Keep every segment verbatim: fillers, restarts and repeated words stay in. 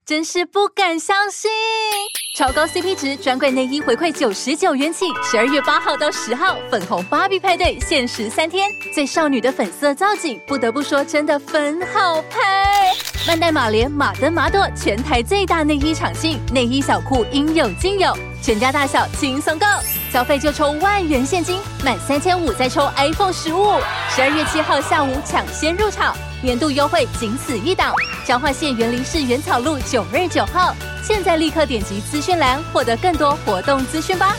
真是不敢相信！超高 C P 值专柜内衣回馈九十九元起，十二月八号到十号，粉红芭比派对限时三天，最少女的粉色造景，不得不说真的粉好拍。万代马莲、马登、马朵全台最大内衣场庆，内衣小裤应有尽有，全家大小轻松购，消费就抽万元现金，满三千五再抽 iPhone 十五。十二月七号下午抢先入场，年度优惠仅此一档。彰化县园林市原草路九二九号，现在立刻点击资讯栏获得更多活动资讯吧。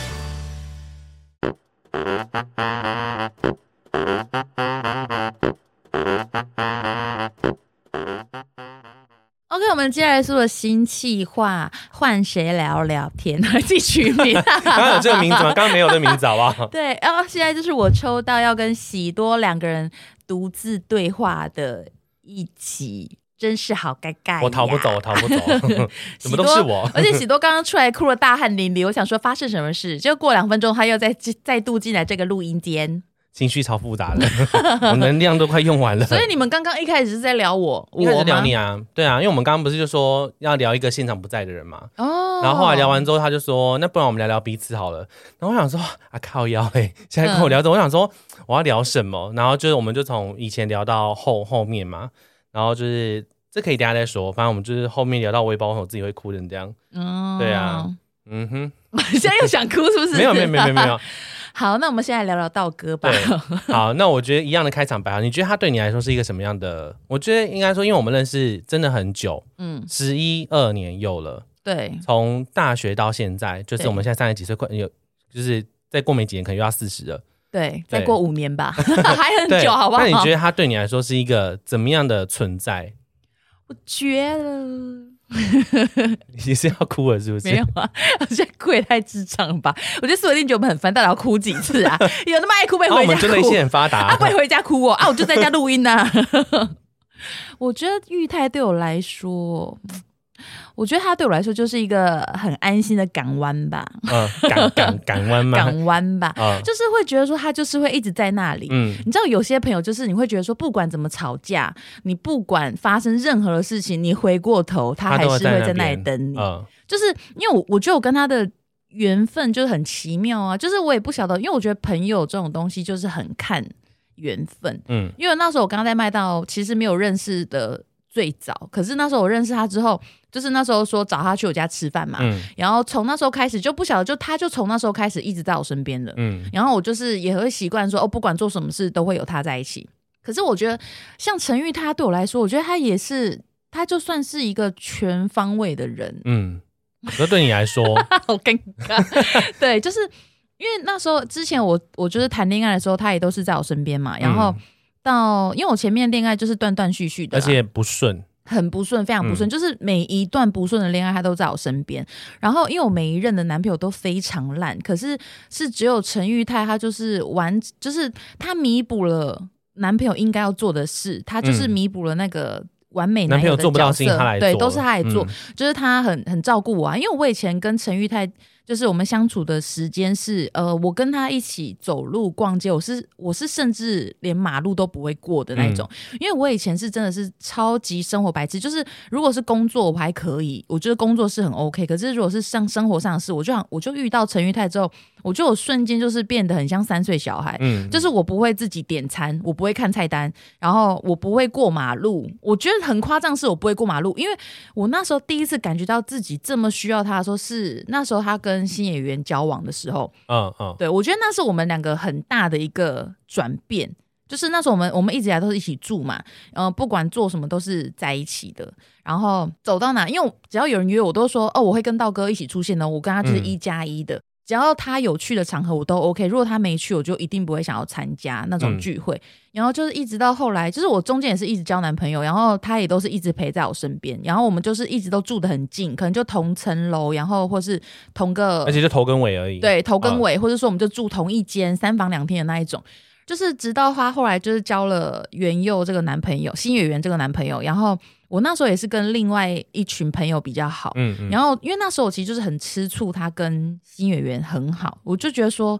OK， 我们接下来说的新企划，换谁聊聊天？自己取名。 刚刚有这个名字吗？刚刚没有这个名字，好不好？ 对，然后现在就是我抽到要跟喜多两个人独自对话的一集。真是好尴尬呀！ 我逃不走，我逃不走，怎么都是我。 而且喜多刚刚出来哭了大汗淋漓，我想说发生什么事，结果过两分钟他又再再度进来这个录音间， 情绪超复杂的，我能量都快用完了。 所以你们刚刚一开始是在聊我， 一开始聊你啊，对啊，因为我们刚刚不是就说要聊一个现场不在的人嘛，哦，然后后来聊完之后，他就说，那不然我们聊聊彼此好了。然后我想说，啊靠腰哎、欸，现在跟我聊着、嗯，我想说我要聊什么，然后就是我们就从以前聊到后后面嘛。然后就是这可以等一下再说，反正我们就是后面聊到我也不知道我自己会哭成这样，哦，对啊，嗯哼， 现在又想哭是不是？ 没有没有没有没有没有。 好，那我们现在聊聊道哥吧。 对，好，那我觉得一样的开场白，你觉得他对你来说是一个什么样的？我觉得应该说，因为我们认识真的很久，嗯，十一二年有了， 对， 从大学到现在，就是我们现在三十几岁，快有，就是再过没几年可能又要四十了。 对，再过五年吧，还很久，好不好？ 那你觉得他对你来说是一个怎么样的存在？ 我觉得你是要哭了是不是？ 没有啊，我现在哭也太智障了吧！我觉得所有人觉得我们很烦，到底要哭几次啊？有那么爱哭，被回家哭。啊、 我们真的一些很发达啊， 不会回家哭哦啊！我就在家录音呐、啊。我觉得裕泰对我来说。我觉得他对我来说就是一个很安心的港湾吧， 嗯，港港港湾吗？ 港湾吧、嗯，就是会觉得说他就是会一直在那里。嗯，你知道有些朋友就是你会觉得说，不管怎么吵架，你不管发生任何的事情，你回过头，他还是会在那里等你。嗯，就是因为我我觉得我跟他的缘分就是很奇妙啊，就是我也不晓得，因为我觉得朋友这种东西就是很看缘分。嗯，因为那时候我刚刚在麦当劳，其实没有认识的。最早，可是那时候我认识他之后，就是那时候说找他去我家吃饭嘛、嗯，然后从那时候开始就不晓得，就他就从那时候开始一直在我身边了，嗯，然后我就是也会习惯说，哦，不管做什么事都会有他在一起。可是我觉得像陈玉他对我来说，我觉得他也是，他就算是一个全方位的人，嗯， 那对你来说， 好尴尬，对，就是因为那时候之前我我就是谈恋爱的时候，他也都是在我身边嘛，然后。嗯到因为我前面恋爱就是断断续续的， 而且不顺， 很不顺，非常不顺、嗯，就是每一段不顺的恋爱他都在我身边。然后因为我每一任的男朋友都非常烂，可是是只有陈玉泰他就是完，就是他弥补了男朋友应该要做的事，他就是弥补了那个。完美男友的角色，男朋友做不到事情他来做，对，都是他来做，嗯、就是他很很照顾我啊。因为我以前跟陈玉泰，就是我们相处的时间是，呃，我跟他一起走路逛街，我是我是甚至连马路都不会过的那种、嗯。因为我以前是真的是超级生活白痴，就是如果是工作我还可以，我觉得工作是很 OK， 可是如果是上生活上的事，我就想我就遇到陈玉泰之后，我觉得我瞬间就是变得很像三岁小孩，嗯，就是我不会自己点餐，我不会看菜单，然后我不会过马路，我觉得。很夸张是我不会过马路，因为我那时候第一次感觉到自己这么需要他的时候是那时候他跟新演员交往的时候，嗯嗯，对，我觉得那是我们两个很大的一个转变，就是那时候我们我们一直以来都是一起住嘛，呃，不管做什么都是在一起的，然后走到哪，因为只要有人约我都说哦，我会跟道哥一起出现的，我跟他就是一加一的。嗯，只要他有去的场合我都 OK， 如果他没去我就一定不会想要参加那种聚会、嗯、然后就是一直到后来就是我中间也是一直交男朋友，然后他也都是一直陪在我身边，然后我们就是一直都住得很近，可能就同层楼，然后或是同个， 而且就头跟尾而已， 对，头跟尾、嗯、或者说我们就住同一间三房两厅的那一种，就是直到他后来就是交了元佑这个男朋友，新演员这个男朋友，然后我那时候也是跟另外一群朋友比较好，嗯嗯，然后因为那时候我其实就是很吃醋他跟新演员很好，我就觉得说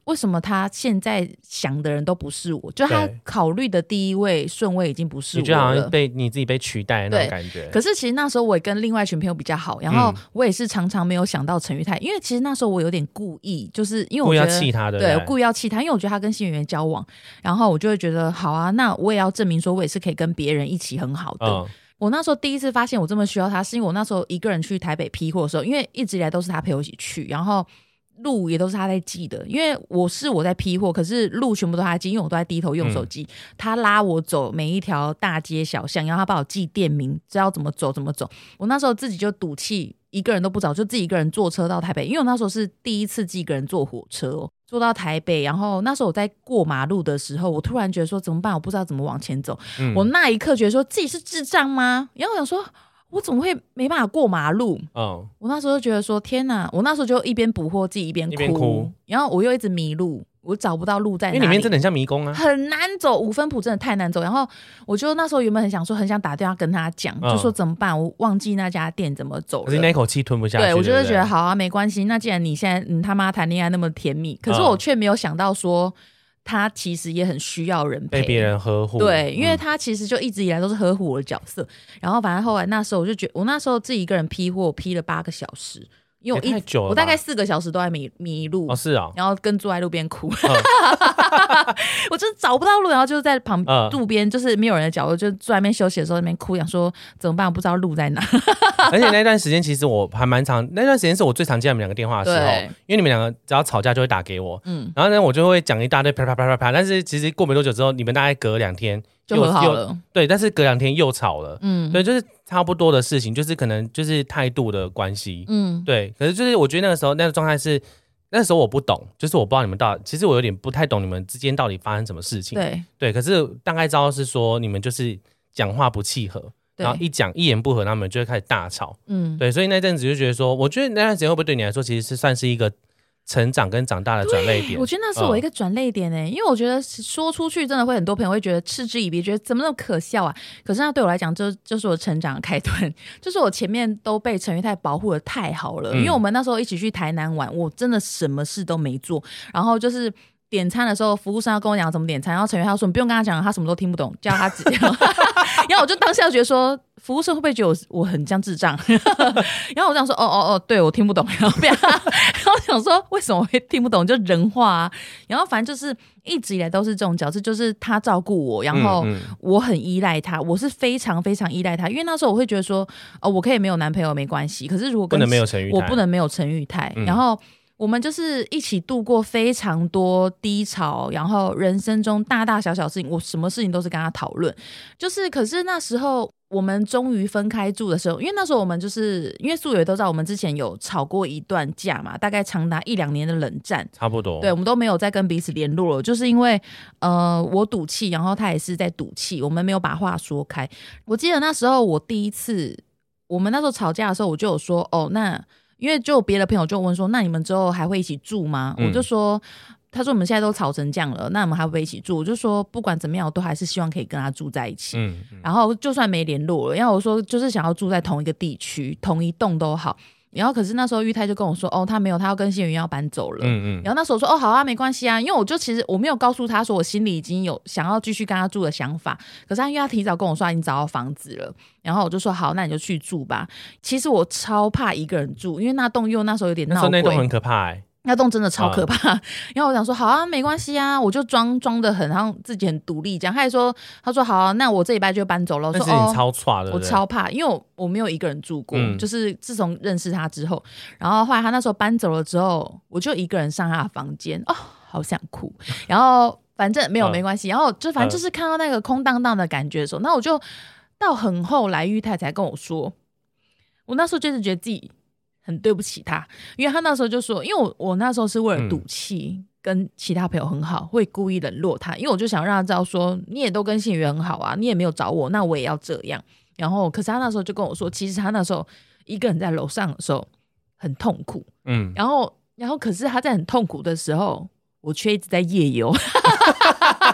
为什么他现在想的人都不是我，就他考虑的第一位顺位已经不是我了， 你就好像被你自己被取代的那种感觉。 可是其实那时候我也跟另外一群朋友比较好，然后我也是常常没有想到陈玉泰、嗯、因为其实那时候我有点故意，就是因为我觉得故意要气他的， 对，我故意要气他，因为我觉得他跟新演员交往，然后我就会觉得好啊，那我也要证明说我也是可以跟别人一起很好的、嗯，我那时候第一次发现我这么需要他，是因为我那时候一个人去台北批货的时候，因为一直以来都是他陪我一起去，然后路也都是他在记的，因为我是我在批货，可是路全部都他在记，因为我都在低头用手机、嗯、他拉我走每一条大街小巷，然后他帮我记店名，知道怎么走怎么走。我那时候自己就赌气一个人都不找，就自己一个人坐车到台北，因为我那时候是第一次自己一个人坐火车、哦、坐到台北，然后那时候我在过马路的时候，我突然觉得说怎么办，我不知道怎么往前走、嗯、我那一刻觉得说自己是智障吗？然后我想说我怎么会没办法过马路、哦、我那时候就觉得说天哪，我那时候就一边补货自己一边 哭, 一边哭，然后我又一直迷路，我找不到路在哪里， 因为里面真的很像迷宫啊， 很难走，五分埔真的太难走。然后我就那时候原本很想说很想打电话跟他讲、嗯、就说怎么办，我忘记那家店怎么走了， 可是那一口气吞不下去。 对，我就会觉得好啊，没关系，那既然你现在、嗯、他妈谈恋爱那么甜蜜，可是我却没有想到说他其实也很需要人陪， 被别人呵护。 对，因为他其实就一直以来都是呵护我的角色、嗯、然后反正后来那时候我就觉得我那时候自己一个人批货批了八个小时，因为我一太久了， 我大概四个小时都在迷迷路。 哦，是啊、哦， 然后跟坐在路边哭、嗯、我就是找不到路，然后就在旁、嗯、路边就是没有人的角落，就坐在那边休息的时候在那边哭，想说怎么办，我不知道路在哪。 而且那段时间其实我还蛮长，那段时间是我最常接你们两个电话的时候，因为你们两个只要吵架就会打给我，嗯，然后呢我就会讲一大堆啪啪啪啪啪，但是其实过没多久之后，你们大概隔两天就和好了， 对，但是隔两天又吵了，嗯，对，就是差不多的事情，就是可能就是态度的关系，嗯，对，可是就是我觉得那个时候那个状态是，那时候我不懂，就是我不知道你们到底，其实我有点不太懂你们之间到底发生什么事情， 对， 对，可是大概知道是说你们就是讲话不契合，然后一讲一言不合，他们就会开始大吵，嗯，对，所以那阵子就觉得说，我觉得那段时间会不会对你来说，其实是算是一个成长跟长大的转捩点？ 我觉得那是我一个转捩点哎、欸嗯，因为我觉得说出去真的会很多朋友会觉得嗤之以鼻，觉得怎么那么可笑啊？可是那对我来讲，就就是我成长的开端，就是我前面都被陈玉泰保护的太好了、嗯，因为我们那时候一起去台南玩，我真的什么事都没做，然后就是点餐的时候，服务生要跟我讲怎么点餐，然后陈玉泰说你不用跟他讲，他什么都听不懂，叫他直接。然后我就当下觉得说，服务生会不会觉得 我, 我很像智障？然后我这样说，哦哦哦，对我听不懂。然后, 然后我想说，为什么会听不懂？就人话啊。然后反正就是一直以来都是这种角色，就是他照顾我，然后我很依赖他，我是非常非常依赖他。因为那时候我会觉得说，哦，我可以没有男朋友没关系，可是如果跟不能没有陈玉泰， 我不能没有陈玉泰、嗯。然后我们就是一起度过非常多低潮，然后人生中大大小小事情，我什么事情都是跟他讨论。就是可是那时候我们终于分开住的时候，因为那时候我们就是因为素友都知道我们之前有吵过一段架嘛，大概长达一两年的冷战， 差不多。 对，我们都没有再跟彼此联络了，就是因为呃我赌气，然后他也是在赌气，我们没有把话说开。我记得那时候我第一次我们那时候吵架的时候，我就有说哦，那因为就别的朋友就问说，那你们之后还会一起住吗？嗯、我就说，他说我们现在都吵成这样了，那我们还会不会一起住？我就说不管怎么样，我都还是希望可以跟他住在一起。嗯嗯、然后就算没联络了，然后我说就是想要住在同一个地区，同一栋都好。然后可是那时候玉泰就跟我说，哦，他没有，他要跟谢云要搬走了。嗯嗯。然后那时候我说，哦，好啊，没关系啊，因为我就其实我没有告诉他说我心里已经有想要继续跟他住的想法，可是他因为他提早跟我说他已经找到房子了，然后我就说好，那你就去住吧。其实我超怕一个人住，因为那栋又那时候有点闹鬼， 那时候那栋很可怕哎、欸。 那栋真的超可怕、啊、然后我想说好啊，没关系啊，我就装装的很像自己很独立这样。他还说他说好啊，那我这礼拜就搬走了。我说但是你超差的、 哦、我超怕，因为 我, 我没有一个人住过、嗯、就是自从认识他之后，然后后来他那时候搬走了之后，我就一个人上他的房间，哦好想哭，然后反正没有、嗯、没关系，然后就反正就是看到那个空荡荡的感觉的时候，那我就到很后来玉泰才跟我说，我那时候就是觉得自己很对不起他，因为他那时候就说，因为 我, 我那时候是为了赌气、嗯、跟其他朋友很好，会故意冷落他，因为我就想让他知道说你也都跟信宇很好啊，你也没有找我，那我也要这样。然后可是他那时候就跟我说，其实他那时候一个人在楼上的时候很痛苦，嗯，然后然后可是他在很痛苦的时候，我却一直在夜游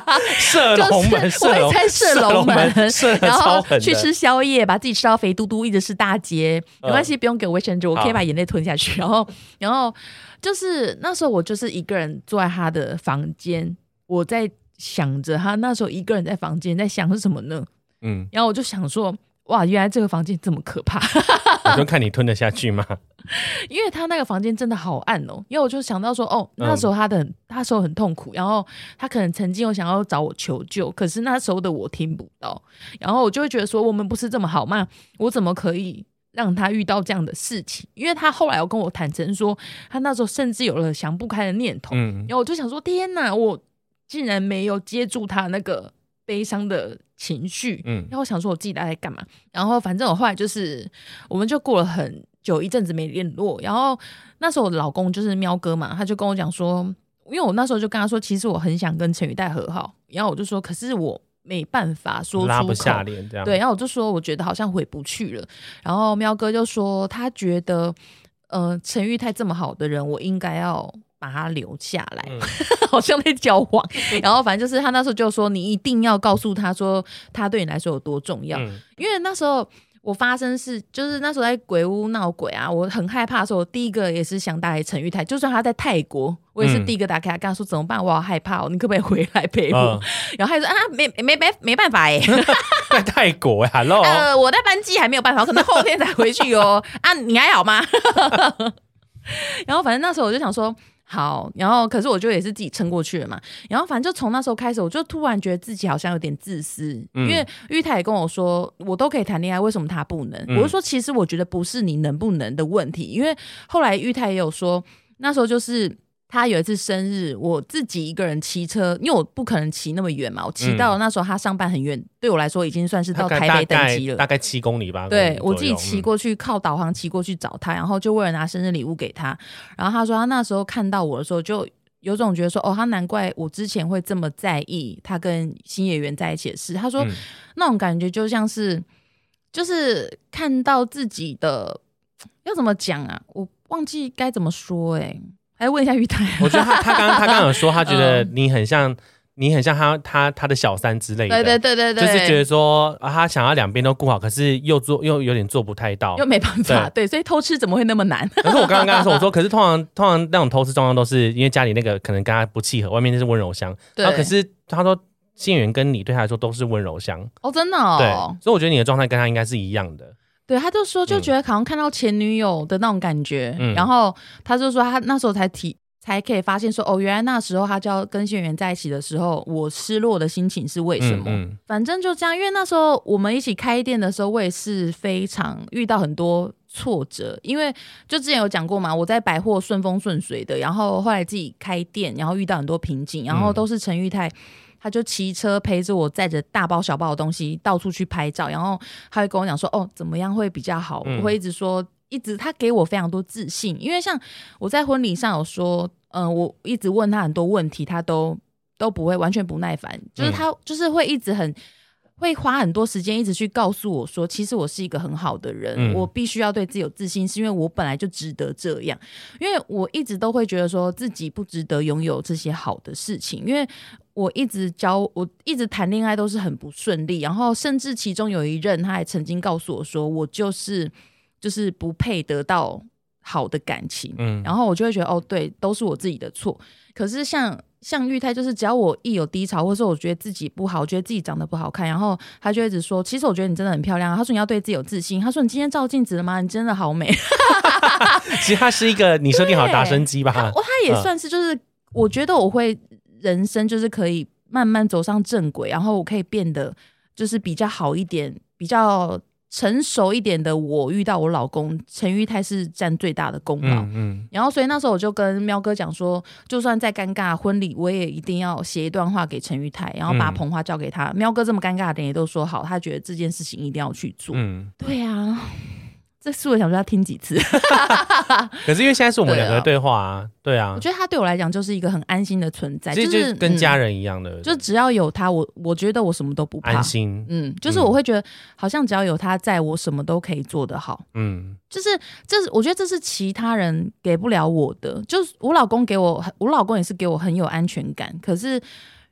射龙门， 就是我会猜射龙门， 射然后去吃宵夜，把自己吃到肥嘟嘟，一直是大街，没关系，不用给我卫生纸，我可以把眼泪吞下去。然后，然后就是那时候我就是一个人坐在他的房间，我在想着他那时候一个人在房间在想是什么呢？嗯，然后我就想说，哇，原来这个房间这么可怕。 我就看你吞得下去吗？ 因为他那个房间真的好暗哦，因为我就想到说，哦，那时候他的、嗯、那时候很痛苦，然后他可能曾经有想要找我求救，可是那时候的我听不到，然后我就会觉得说，我们不是这么好吗？我怎么可以让他遇到这样的事情？因为他后来有跟我坦诚说，他那时候甚至有了想不开的念头，嗯，然后我就想说，天哪，我竟然没有接住他那个悲伤的情绪，嗯，然后我想说我自己在干嘛，然后反正我后来就是我们就过了很久一阵子没联络，然后那时候我的老公就是喵哥嘛，他就跟我讲说，因为我那时候就跟他说，其实我很想跟陈宇泰和好，然后我就说，可是我没办法说出口， 拉不下脸这样， 对，然后我就说我觉得好像回不去了，然后喵哥就说他觉得呃陈宇泰这么好的人，我应该要把他留下来，嗯、好像在交往。然后反正就是他那时候就说，你一定要告诉他说，他对你来说有多重要。嗯、因为那时候我发生是，就是那时候在鬼屋闹鬼啊，我很害怕的时候，我第一个也是想打给陈玉泰，就算他在泰国，我也是第一个打给他，跟他说怎么办？我好害怕哦，你可不可以回来陪我？嗯、然后他就说啊，没没没没办法哎， 在泰国哎 ，Hello， 呃，我在班机还没有办法，可能后天才回去哦。啊，你还好吗？然后反正那时候我就想说。好，然后可是我就也是自己撑过去了嘛，然后反正就从那时候开始，我就突然觉得自己好像有点自私，嗯、因为玉泰也跟我说，我都可以谈恋爱，为什么他不能？嗯、我就说，其实我觉得不是你能不能的问题，因为后来玉泰也有说，那时候就是他有一次生日，我自己一个人骑车，因为我不可能骑那么远嘛，我骑到那时候他上班很远，嗯、对我来说已经算是到台北等级了， 大概七公里吧。 对，我自己骑过去，嗯、靠导航骑过去找他，然后就为了拿生日礼物给他。然后他说他那时候看到我的时候，就有种觉得说，哦，他难怪我之前会这么在意他跟新演员在一起的事。他说，嗯、那种感觉就像是，就是看到自己的要怎么讲啊，我忘记该怎么说哎、欸。来问一下玉泰， 我觉得他他刚刚他刚刚有说，他觉得你很像、嗯、你很像他他他的小三之类的， 对对对对对， 就是觉得说、啊、他想要两边都顾好，可是又做又有点做不太到， 又没办法， 对, 对，所以偷吃怎么会那么难？ 可是我刚刚跟他说，我说可是通常通常那种偷吃状况都是因为家里那个可能跟他不契合，外面就是温柔乡，然后可是他说新演员跟你对他来说都是温柔乡哦，真的哦， 对，所以我觉得你的状态跟他应该是一样的。 对，他就说就觉得好像看到前女友的那种感觉，嗯、然后他就说他那时候才提才可以发现说，哦，原来那时候他就要跟新演员在一起的时候，我失落的心情是为什么？嗯嗯、反正就这样，因为那时候我们一起开店的时候，我也是非常遇到很多挫折，因为就之前有讲过嘛，我在百货顺风顺水的，然后后来自己开店，然后遇到很多瓶颈，然后都是陈玉泰。他就骑车陪着我，载着大包小包的东西到处去拍照，然后他会跟我讲说，哦，怎么样会比较好？嗯、我会一直说，一直他给我非常多自信，因为像我在婚礼上有说，嗯、呃，我一直问他很多问题，他都都不会完全不耐烦，就是他就是会一直很会花很多时间一直去告诉我说，其实我是一个很好的人，嗯、我必须要对自己有自信，是因为我本来就值得这样，因为我一直都会觉得说自己不值得拥有这些好的事情，因为我一直交我一直谈恋爱都是很不顺利，然后甚至其中有一任他还曾经告诉我说，我就是就是不配得到好的感情，嗯、然后我就会觉得哦，对，都是我自己的错。可是像像玉泰，就是只要我一有低潮，或者说我觉得自己不好，我觉得自己长得不好看，然后他就一直说，其实我觉得你真的很漂亮。他说你要对自己有自信。他说你今天照镜子了吗？你真的好美。 其实他是一个你设定好的达声机吧？他, 他也算是，就是、嗯、我觉得我会人生就是可以慢慢走上正轨，然后我可以变得就是比较好一点，比较成熟一点的我遇到我老公陈玉泰是占最大的功劳，嗯嗯，然后所以那时候我就跟喵哥讲说，就算再尴尬婚礼我也一定要写一段话给陈玉泰，然后把捧花交给他，嗯、喵哥这么尴尬的人也都说好，他觉得这件事情一定要去做，嗯，对啊，这是我想说要听几次可是因为现在是我们两个的对话啊，对啊， 我觉得他对我来讲就是一个很安心的存在， 其实就是跟家人一样的， 嗯、就只要有他，我我觉得我什么都不怕， 安心， 嗯，就是我会觉得好像只要有他在，我什么都可以做得好，嗯，就是这是我觉得这是其他人给不了我的，就是我老公给我，我老公也是给我很有安全感，可是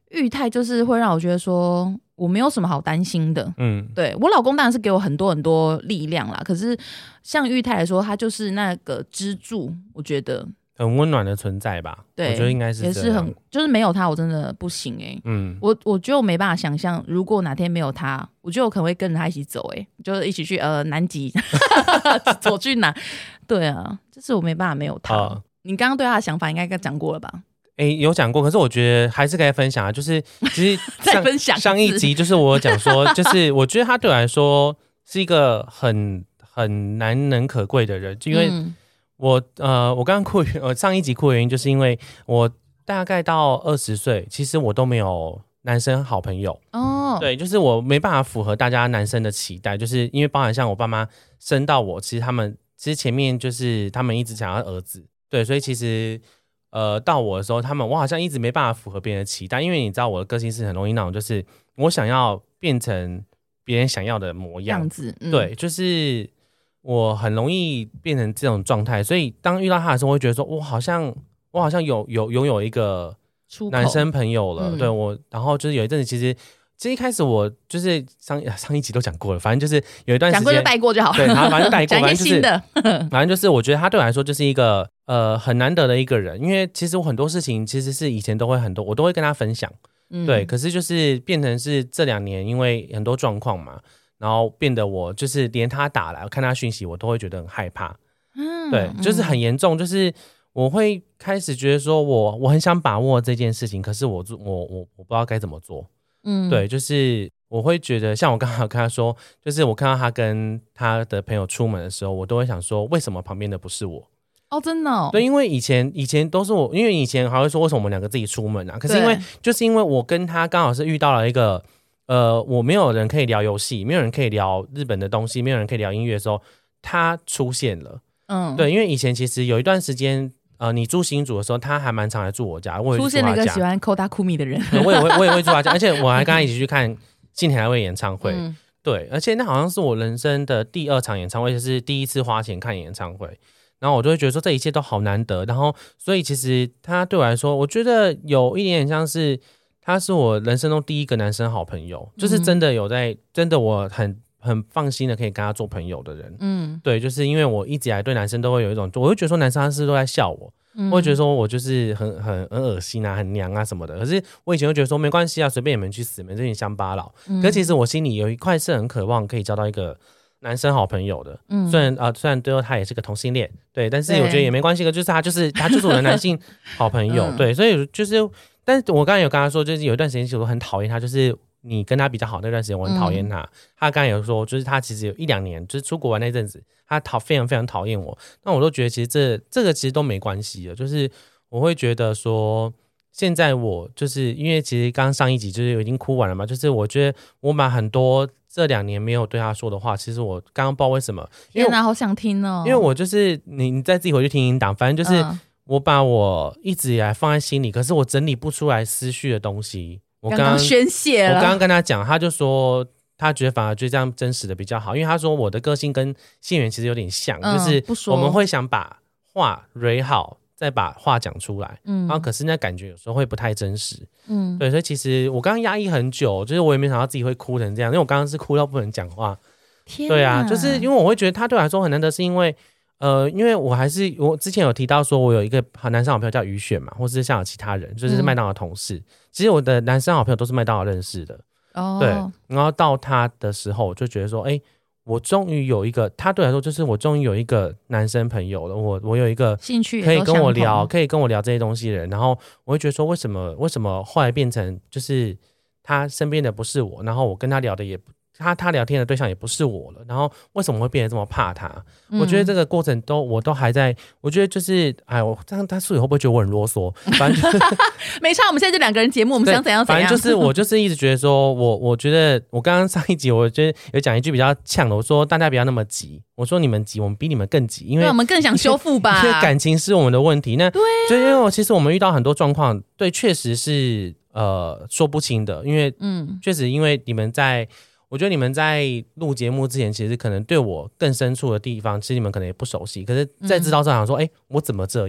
裕泰就是会让我觉得说我没有什么好担心的。嗯，对，我老公当然是给我很多很多力量啦，可是像裕泰来说，他就是那个支柱，我觉得很温暖的存在吧。对，我觉得应该是这样， 也是很，就是没有他我真的不行哎、欸。嗯，我我觉得我没办法想象，如果哪天没有他，我觉得我可能会跟着他一起走哎、欸，就是一起去呃南极走去哪？对啊，就是我没办法没有他。呃、你刚刚对他的想法应该讲过了吧？ 哎、欸，有讲过，可是我觉得还是可以分享啊。就是其实再分享上一集，就是我讲说，就是我觉得他对我来说是一个很很难能可贵的人，就因为我、嗯、呃，我刚刚哭，我上一集哭的原因，就是因为我大概到二十岁，其实我都没有男生好朋友哦。对，就是我没办法符合大家男生的期待，就是因为包含像我爸妈生到我，其实他们其实前面就是他们一直想要儿子，对，所以其实。呃，到我的时候，他们我好像一直没办法符合别人的期待，因为你知道我的个性是很容易那种，就是我想要变成别人想要的模样， 样子、嗯， 对，就是我很容易变成这种状态，所以当遇到他的时候，我会觉得说，我好像我好像有有拥有一个男生朋友了，对我，然后就是有一阵子，其实其实一开始我就是上上一集都讲过了，反正就是有一段时间讲过就带过就好了， 对，然后反正就带过， 讲一些新的， 反正就是我觉得他对我来说就是一个。呃，很难得的一个人，因为其实我很多事情其实是以前都会很多，我都会跟他分享，嗯、对。可是就是变成是这两年，因为很多状况嘛，然后变得我就是连他打来，我看他讯息，我都会觉得很害怕，嗯，对，就是很严重，就是我会开始觉得说我我很想把握这件事情，可是我我我我不知道该怎么做，嗯，对，就是我会觉得，像我刚刚跟他说，就是我看到他跟他的朋友出门的时候，我都会想说，为什么旁边的不是我？ 哦，真的哦。 对，因为以前以前都是我，因为以前还会说为什么我们两个自己出门啊？可是因为就是因为我跟他刚好是遇到了一个呃，我没有人可以聊游戏，没有人可以聊日本的东西，没有人可以聊音乐的时候，他出现了。嗯，对，因为以前其实有一段时间，呃，你住新竹的时候，他还蛮常来住我家，我也出現了一個喜歡 Kotakumi 的人， 我也會我也會住他家，而且我還跟他一起去看近田來未演唱會。嗯，對，而且那好像是我人生的第二場演唱會，就是第一次花錢看演唱會。然後我就會覺得說這一切都好難得，然後所以其實他對我來說，我覺得有一點點像是他是我人生中第一個男生好朋友，就是真的有在真的我很很放心的可以跟他做朋友的人。嗯，對，就是因為我一直以來對男生都會有一種，我會覺得說男生他是都在笑我，嗯，我會覺得說我就是很很很惡心啊，很娘啊什麼的。可是我以前會覺得說沒關係啊，隨便你們去死，你們這群鄉巴佬。嗯，可是其實我心裡有一塊是很渴望可以交到一個男生好朋友的，嗯，虽然啊、呃，虽然最後他也是個同性戀，對，但是我覺得也沒關係的，就是他就是他就是我的男性好朋友，嗯，對，所以就是，但是我剛才有跟他說，就是有一段時間其實我很討厭他，就是你跟他比較好那段時間我很討厭他，嗯，他剛才有說，就是他其實有一兩年，就是出國玩那陣子，他討非常非常討厭我，那我都覺得其實這這個其實都沒關係的，就是我會覺得說。現在我就是因為其實剛上一集就是已經哭完了嘛，就是我覺得我把很多這兩年沒有對他說的話，其實我剛剛不知道為什麼，因為天哪，好想聽哦！因為我就是你你再自己回去聽音檔，反正就是我把我一直以來放在心裡，可是我整理不出來思緒的東西，我剛剛宣洩了。 我剛剛跟他講，他就說他覺得反而覺得這樣真實的比較好，因為他說我的個性跟信源其實有點像，嗯，就是我們會想把話蕊好。再把話講出來，嗯，然後可是那感覺有時候會不太真實，嗯，對，所以其實我剛剛壓抑很久，就是我也沒想到自己會哭成這樣，因為我剛剛是哭到不能講話， 天， 對啊，就是因為我會覺得他對我來說很難得，是因為，呃，因為我還是我之前有提到說我有一個男生好朋友叫於選嘛，或是像有其他人，就是麥當勞同事，嗯，其實我的男生好朋友都是麥當勞認識的，哦，對，然後到他的時候，我就覺得說，哎。我終於有一個，他對我來說就是我終於有一個男生朋友了。我我有一個興趣可以跟我聊，可以跟我聊這些東西的人。然後我會覺得說，為什麼為什麼後來變成就是他身邊的不是我，然後我跟他聊的也不。他他聊天的對象也不是我了，然後為什麼會變得這麼怕他？嗯，我覺得這個過程都我都還在，我覺得就是哎，我這樣他宿友會不會覺得我很囉嗦？反正，就是， 沒差，我們現在就兩個人節目，我們想怎樣怎樣。 反正就是我就是一直覺得說我我覺得我剛剛上一集我覺得有講一句比較嗆的，我說大家不要那麼急，我說你們急，我們比你們更急，因為我們更想修復吧， 因為感情是我們的問題。那對，就因為其實我們遇到很多狀況，對，確實是呃說不清的，因為嗯，確實因為你們在。我覺得你們在錄節目之前，其實可能對我更深處的地方，其實你們可能也不熟悉。可是，在知道這樣說，哎、嗯欸，我怎麼這樣？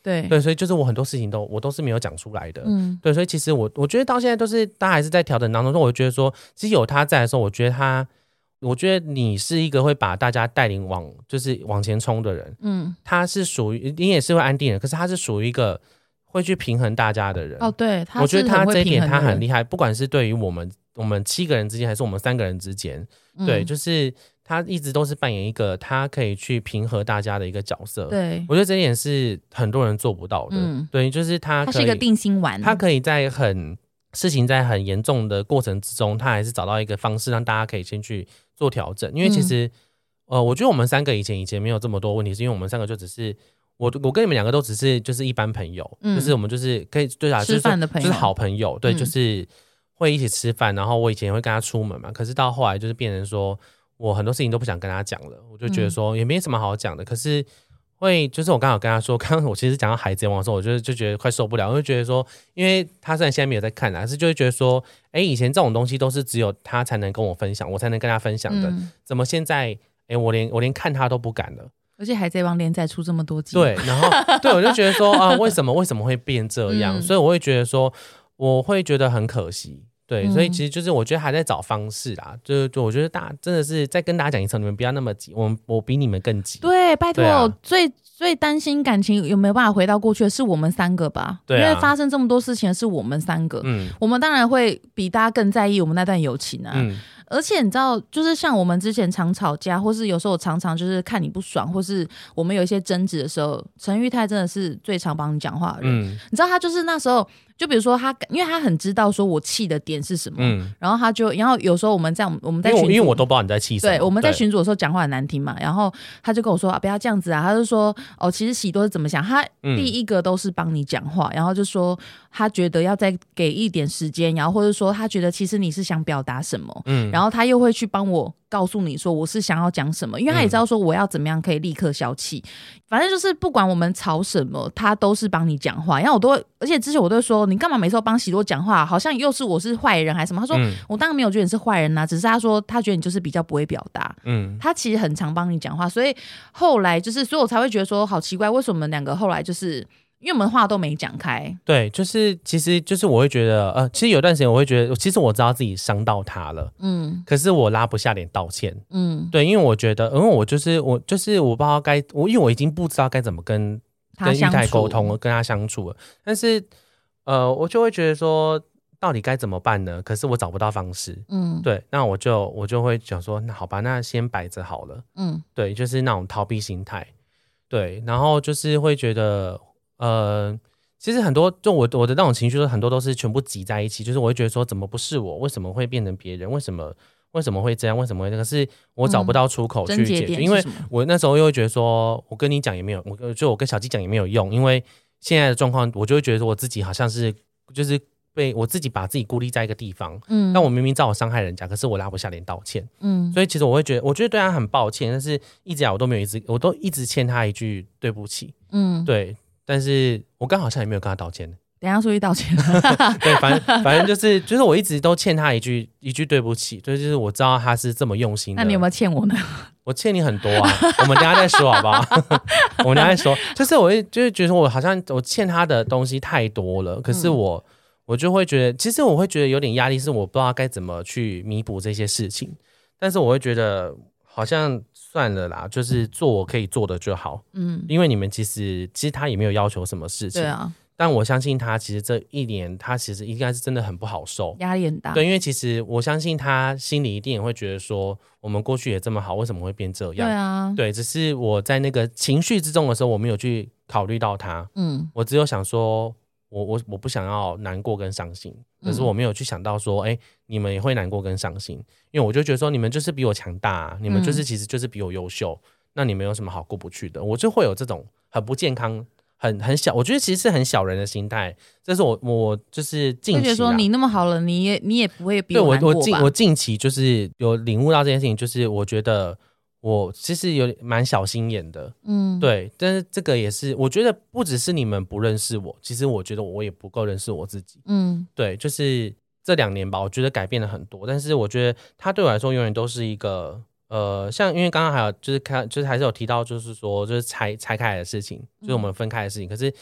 对对，所以就是我很多事情都我都是没有讲出来的， 嗯， 对，所以其实我我觉得到现在都是大家还是在调整当中。我觉得说，其实有他在的时候，我觉得他，我觉得你是一个会把大家带领往就是往前冲的人，嗯，他是属于你也是会安定的，可是他是属于一个会去平衡大家的人。 哦，对，他我觉得他这一点他很厉害， 害，不管是对于我们我们七个人之间，还是我们三个人之间，嗯，对，就是他一直都是扮演一个他可以去平和大家的一个角色。 对， 我觉得这一点是很多人做不到的。嗯，对，就是他可以， 他是一个定心丸， 他可以在很事情在很严重的过程之中，他还是找到一个方式让大家可以先去做调整。因为其实，嗯、呃，我觉得我们三个以前以前没有这么多问题，是因为我们三个就只是。我我跟你们两个都只是就是一般朋友，嗯，就是我们就是可以对啊， 吃饭的朋友， 就是好朋友，对，嗯，就是会一起吃饭，然后我以前也会跟他出门嘛，可是到后来就是变成说我很多事情都不想跟他讲了，我就觉得说也没什么好讲的，嗯，可是会就是我刚好跟他说，刚刚我其实讲到海贼王的时候，我就就觉得快受不了，我就觉得说，因为他虽然现在没有在看啦，但是就会觉得说，哎，以前这种东西都是只有他才能跟我分享，我才能跟他分享的，嗯，怎么现在哎我连我连看他都不敢了。 而且海贼王连载出这么多集， 对，然后对我就觉得说啊，为什么为什么会变这样？嗯，所以我会觉得说，我会觉得很可惜。对，嗯，所以其实就是我觉得还在找方式啦。就就我觉得大家真的是再跟大家讲一次，你们不要那么急，我我比你们更急。 对，拜托，啊，最最担心感情有没有办法回到过去的是我们三个吧？对，啊，因为发生这么多事情的是我们三个，嗯，我们当然会比大家更在意我们那段友情啊。嗯，而且你知道，就是像我们之前常吵架，或是有时候我常常就是看你不爽，或是我们有一些争执的时候，陈玉泰真的是最常帮你讲话的人。嗯，你知道他就是那时候，就比如说他，因为他很知道说我气的点是什么，嗯，然后他就，然后有时候我们在我们在群组， 因为因为我都不知道你在气什么， 对，我们在群组的时候讲话很难听嘛，然后他就跟我说啊，不要这样子啊，他就说哦，其实喜多是怎么想，他第一个都是帮你讲话，嗯，然后就说他觉得要再给一点时间，然后或者说他觉得其实你是想表达什么，嗯，然后他又会去帮我告诉你说我是想要讲什么，因为他也知道说我要怎么样可以立刻消气，嗯，反正就是不管我们吵什么，他都是帮你讲话，然后我都会，而且之前我都会说你干嘛每次都帮喜多讲话，好像又是我是坏人还是什么，他说，嗯，我当然没有觉得你是坏人啊，只是他说他觉得你就是比较不会表达，嗯，他其实很常帮你讲话，所以后来就是所以我才会觉得说好奇怪，为什么我们两个后来就是因为我们话都没讲开。 对，就是其实就是我会觉得呃，其实有段时间我会觉得其实我知道自己伤到他了，嗯，可是我拉不下脸道歉，嗯，对，因为我觉得因为我就是我就是我不知道该我因为我已经不知道该怎么跟跟玉泰沟通了，跟他相处了，但是呃我就会觉得说到底该怎么办呢？可是我找不到方式，嗯，对，那我就我就会想说那好吧，那先摆着好了，嗯，对，就是那种逃避心态，对，然后就是会觉得呃，其实很多就我我的那种情绪，很多都是全部挤在一起，就是我会觉得说，怎么不是我？为什么会变成别人？为什么为什么会这样？为什么会？可是我找不到出口去解决，嗯，因为我那时候又会觉得说，我跟你讲也没有，我就我跟小鸡讲也没有用，因为现在的状况，我就会觉得说我自己好像是就是被我自己把自己孤立在一个地方，嗯，但我明明知道我伤害人家，可是我拉不下脸道歉，嗯，所以其实我会觉得，我觉得对他很抱歉，但是一直以来我都没有一直，我都一直欠他一句对不起，嗯，对。但是我刚好像也没有跟他道歉， 等一下说去道歉对，反正反正就是就是我一直都欠他一句一句对不起，所以就是我知道他是这么用心的。 那你有没有欠我呢？ 我欠你很多啊，我们等一下再说好不好？我们等一下再说。就是我就是觉得我好像我欠他的东西太多了，可是我、嗯、我就会觉得，其实我会觉得有点压力，是我不知道该怎么去弥补这些事情，但是我会觉得好像算了啦，就是做我可以做的就好。嗯，因为你们其实其实他也没有要求什么事情。 对啊。 但我相信他其实这一年他其实应该是真的很不好受， 压力很大。 对，因为其实我相信他心里一定也会觉得说，我们过去也这么好，为什么会变这样？ 对啊。 对，只是我在那个情绪之中的时候，我没有去考虑到他。嗯。我只有想说我我我不想要难过跟伤心，可是我没有去想到说，哎、欸，你们也会难过跟伤心，因为我就觉得说你们就是比我强大、啊，你们就是其实就是比我优秀、嗯，那你们有什么好过不去的？我就会有这种很不健康、很很小，我觉得其实是很小人的心态。这是我我就是近期觉得说你那么好了，你也你也不会比我难过吧？ 对，我我近我近期就是有领悟到这件事情，就是我觉得。我其实有蛮小心眼的，嗯，对，但是这个也是，我觉得不只是你们不认识我，其实我觉得我也不够认识我自己，嗯，对，就是这两年吧，我觉得改变了很多，但是我觉得他对我来说永远都是一个，呃，像因为刚刚还有就是开，就是还是有提到，就是说就是拆拆开来的事情，就是我们分开的事情，可是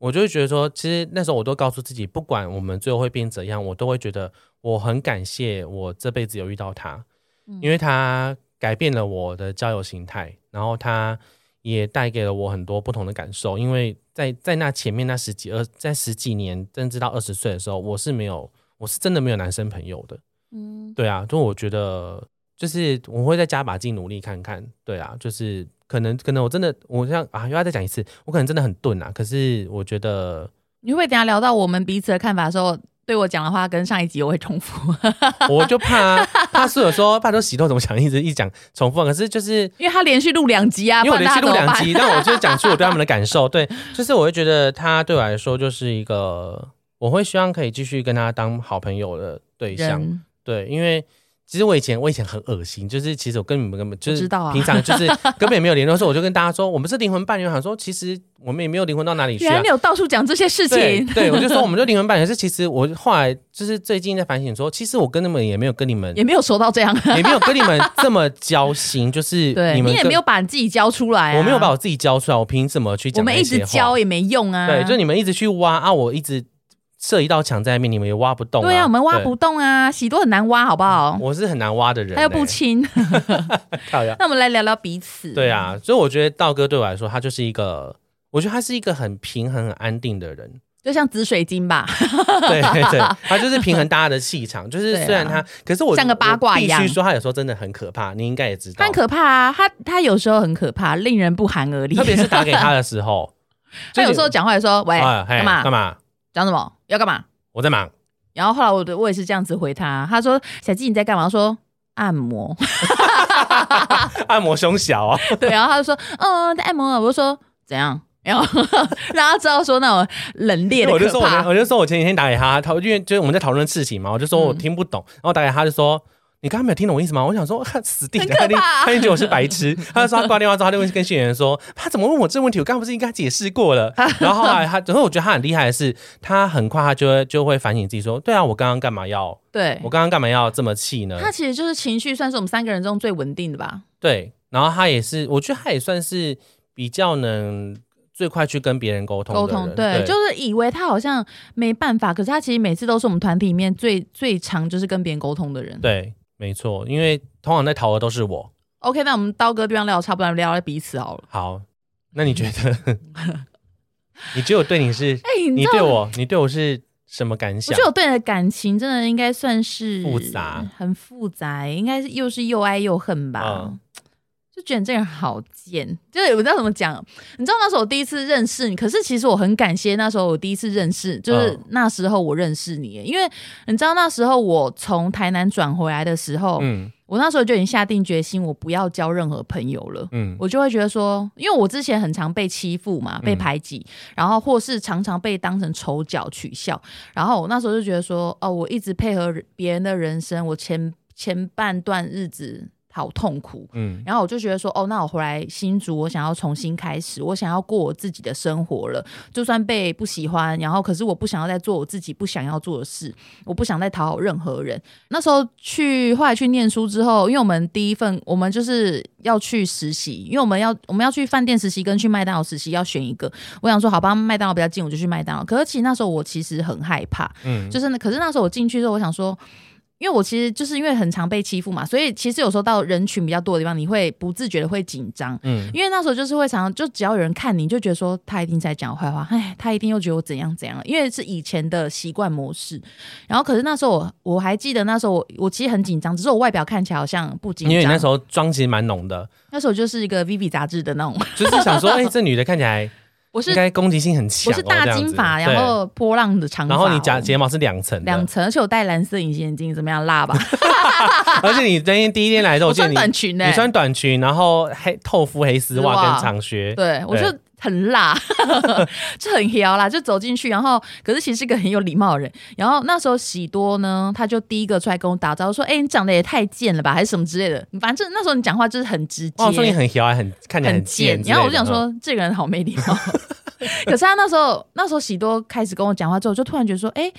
我就会觉得说，其实那时候我都告诉自己，不管我们最后会变怎样，我都会觉得我很感谢我这辈子有遇到他，嗯、因为他改变了我的交友形态，然后他也带给了我很多不同的感受。因为在在那前面那十几二在十几年，甚至到二十岁的时候，我是没有，我是真的没有男生朋友的。嗯，对啊，就我觉得就是我会再加把劲努力看看。对啊，就是可能可能我真的我像啊又要再讲一次，我可能真的很钝啊。可是我觉得你会不会等一下聊到我们彼此的看法的时候，对我讲的话跟上一集我会重复？ 我就怕啊，怕是有说怕说喜多怎么想一直一讲重复，可是就是因为他连续录两集啊， 因为我连续录两集，但我就讲出我对他们的感受。对，就是我会觉得他对我来说就是一个，我会希望可以继续跟他当好朋友的对象。对，因为其实我以前我以前很恶心，就是其实我跟你们根本就是平常就是根本也没有联络的时候，我就跟大家说我们是灵魂伴侣，想说其实我们也没有灵魂到哪里去、啊。 原来你有到处讲这些事情。 对，对我就说我们就灵魂伴侣，是其实我后来就是最近在反省说，其实我跟你们也没有跟你们也没有熟到这样， 也没有跟你们这么交心，就是对你们你也没有把你自己交出来、啊， 我没有把我自己交出来，我凭什么去讲那些话？ 我们一直交也没用啊。 对，就你们一直去挖啊，我一直。设一道墙在那边，你们也挖不动、啊。 对啊，我们挖不动啊，喜多很难挖，好不好？ 我是很难挖的人、欸， 他又不亲。那我们来聊聊彼此。 对啊，所以我觉得道哥对我来说，他就是一个，我觉得他是一个很平衡、很安定的人， 就像紫水晶吧。 对对，他就是平衡大家的气场，就是虽然他，啊、可是我像个八卦一样。 必须说，他有时候真的很可怕，你应该也知道。 他很可怕啊，他他有时候很可怕，令人不寒而栗。 特别是打给他的时候， 他有时候讲话也说：“喂，干嘛？ 干嘛？ 讲什么？要干嘛？” 我在忙， 然后后来我我也是这样子回他，他说：“小季你在干嘛？”我说：“按摩。” 按摩胸小啊。 对，然后他就说：“嗯，在按摩。”我就说：“怎样？”然后让他知道说那种冷冽的可怕。 我就说我，我就说我前几天打给他，他因为就是我们在讨论事情嘛，我就说我听不懂，嗯、然后打给他就说。你刚刚没有听懂我意思吗？我想说，死定了，他一定他一定觉得我是白痴。他就说他挂电话之后，他就问跟训练员说，他怎么问我这个问题？我刚刚不是应该解释过了？然后后来他，然后我觉得他很厉害的是，他很快他就会就会反省自己说，对啊，我刚刚干嘛要？ 对我刚刚干嘛要这么气呢？ 他其实就是情绪算是我们三个人中最稳定的吧。 对，然后他也是，我觉得他也算是比较能。最快去跟别人沟通的人，沟通对, 对，就是以为他好像没办法，可是他其实每次都是我们团体里面最最常就是跟别人沟通的人。 对，没错，因为通常在逃的都是我。 OK， 那我们刀哥地方聊差不多，聊聊彼此好了。 好，那你觉得？你觉得我对你是？ 欸、你, 你对我，你对我是什么感想？ 我觉得我对你的感情真的应该算是复杂， 很复杂，应该是又是又爱又恨吧。嗯，就觉得你这人好贱，就是我不知道怎么讲。你知道那时候我第一次认识你，可是其实我很感谢那时候我第一次认识，就是那时候我认识你，因为你知道那时候我从台南转回来的时候，嗯，我那时候就已经下定决心，我不要交任何朋友了。嗯，我就会觉得说，因为我之前很常被欺负嘛，被排挤，嗯、然后或是常常被当成丑角取笑，然后我那时候就觉得说，哦，我一直配合别人的人生，我前前半段日子。好痛苦，嗯，然后我就觉得说，哦，那我回来新竹，我想要重新开始，我想要过我自己的生活了。就算被不喜欢，然后可是我不想要再做我自己不想要做的事，我不想再讨好任何人。那时候去后来去念书之后，因为我们第一份我们就是要去实习，因为我们要我们要去饭店实习跟去麦当劳实习要选一个。我想说，好吧，麦当劳比较近，我就去麦当劳。可是其实那时候我其实很害怕，嗯，就是可是那时候我进去之后，我想说。因为我其实就是因为很常被欺负嘛，所以其实有时候到人群比较多的地方，你会不自觉的会紧张。嗯，因为那时候就是会常常就只要有人看你，就觉得说他一定在讲我坏话，哎，他一定又觉得我怎样怎样，因为是以前的习惯模式。然后可是那时候我我还记得那时候我我其实很紧张，只是我外表看起来好像不紧张， 因为你那时候妆其实蛮浓的。 那时候就是一个 Vivi 杂志的那种， 就是想说，哎、欸，这女的看起来。我是应该攻击性很强、哦， 我是大金发，然后波浪的长发、哦， 然后你假睫毛是两层， 两层，而且我戴蓝色隐形眼镜，怎么样辣吧？ 而且你今天第一天来的时候，我穿短裙呢、欸， 你穿短裙，然后黑透肤黑丝袜跟长靴， 对, 对我就很辣，就很撩啦，就走进去，然后可是其实是个很有礼貌的人。然后那时候喜多呢，他就第一个出来跟我打招呼，说：“哎、欸，你长得也太贱了吧，还是什么之类的。”反正那时候你讲话就是很直接， 哦，说你很撩，很看起来很贱。 然后我就想说，嗯、这个人好没礼貌。可是他那时候，那时候喜多开始跟我讲话之后，就突然觉得说，哎、欸，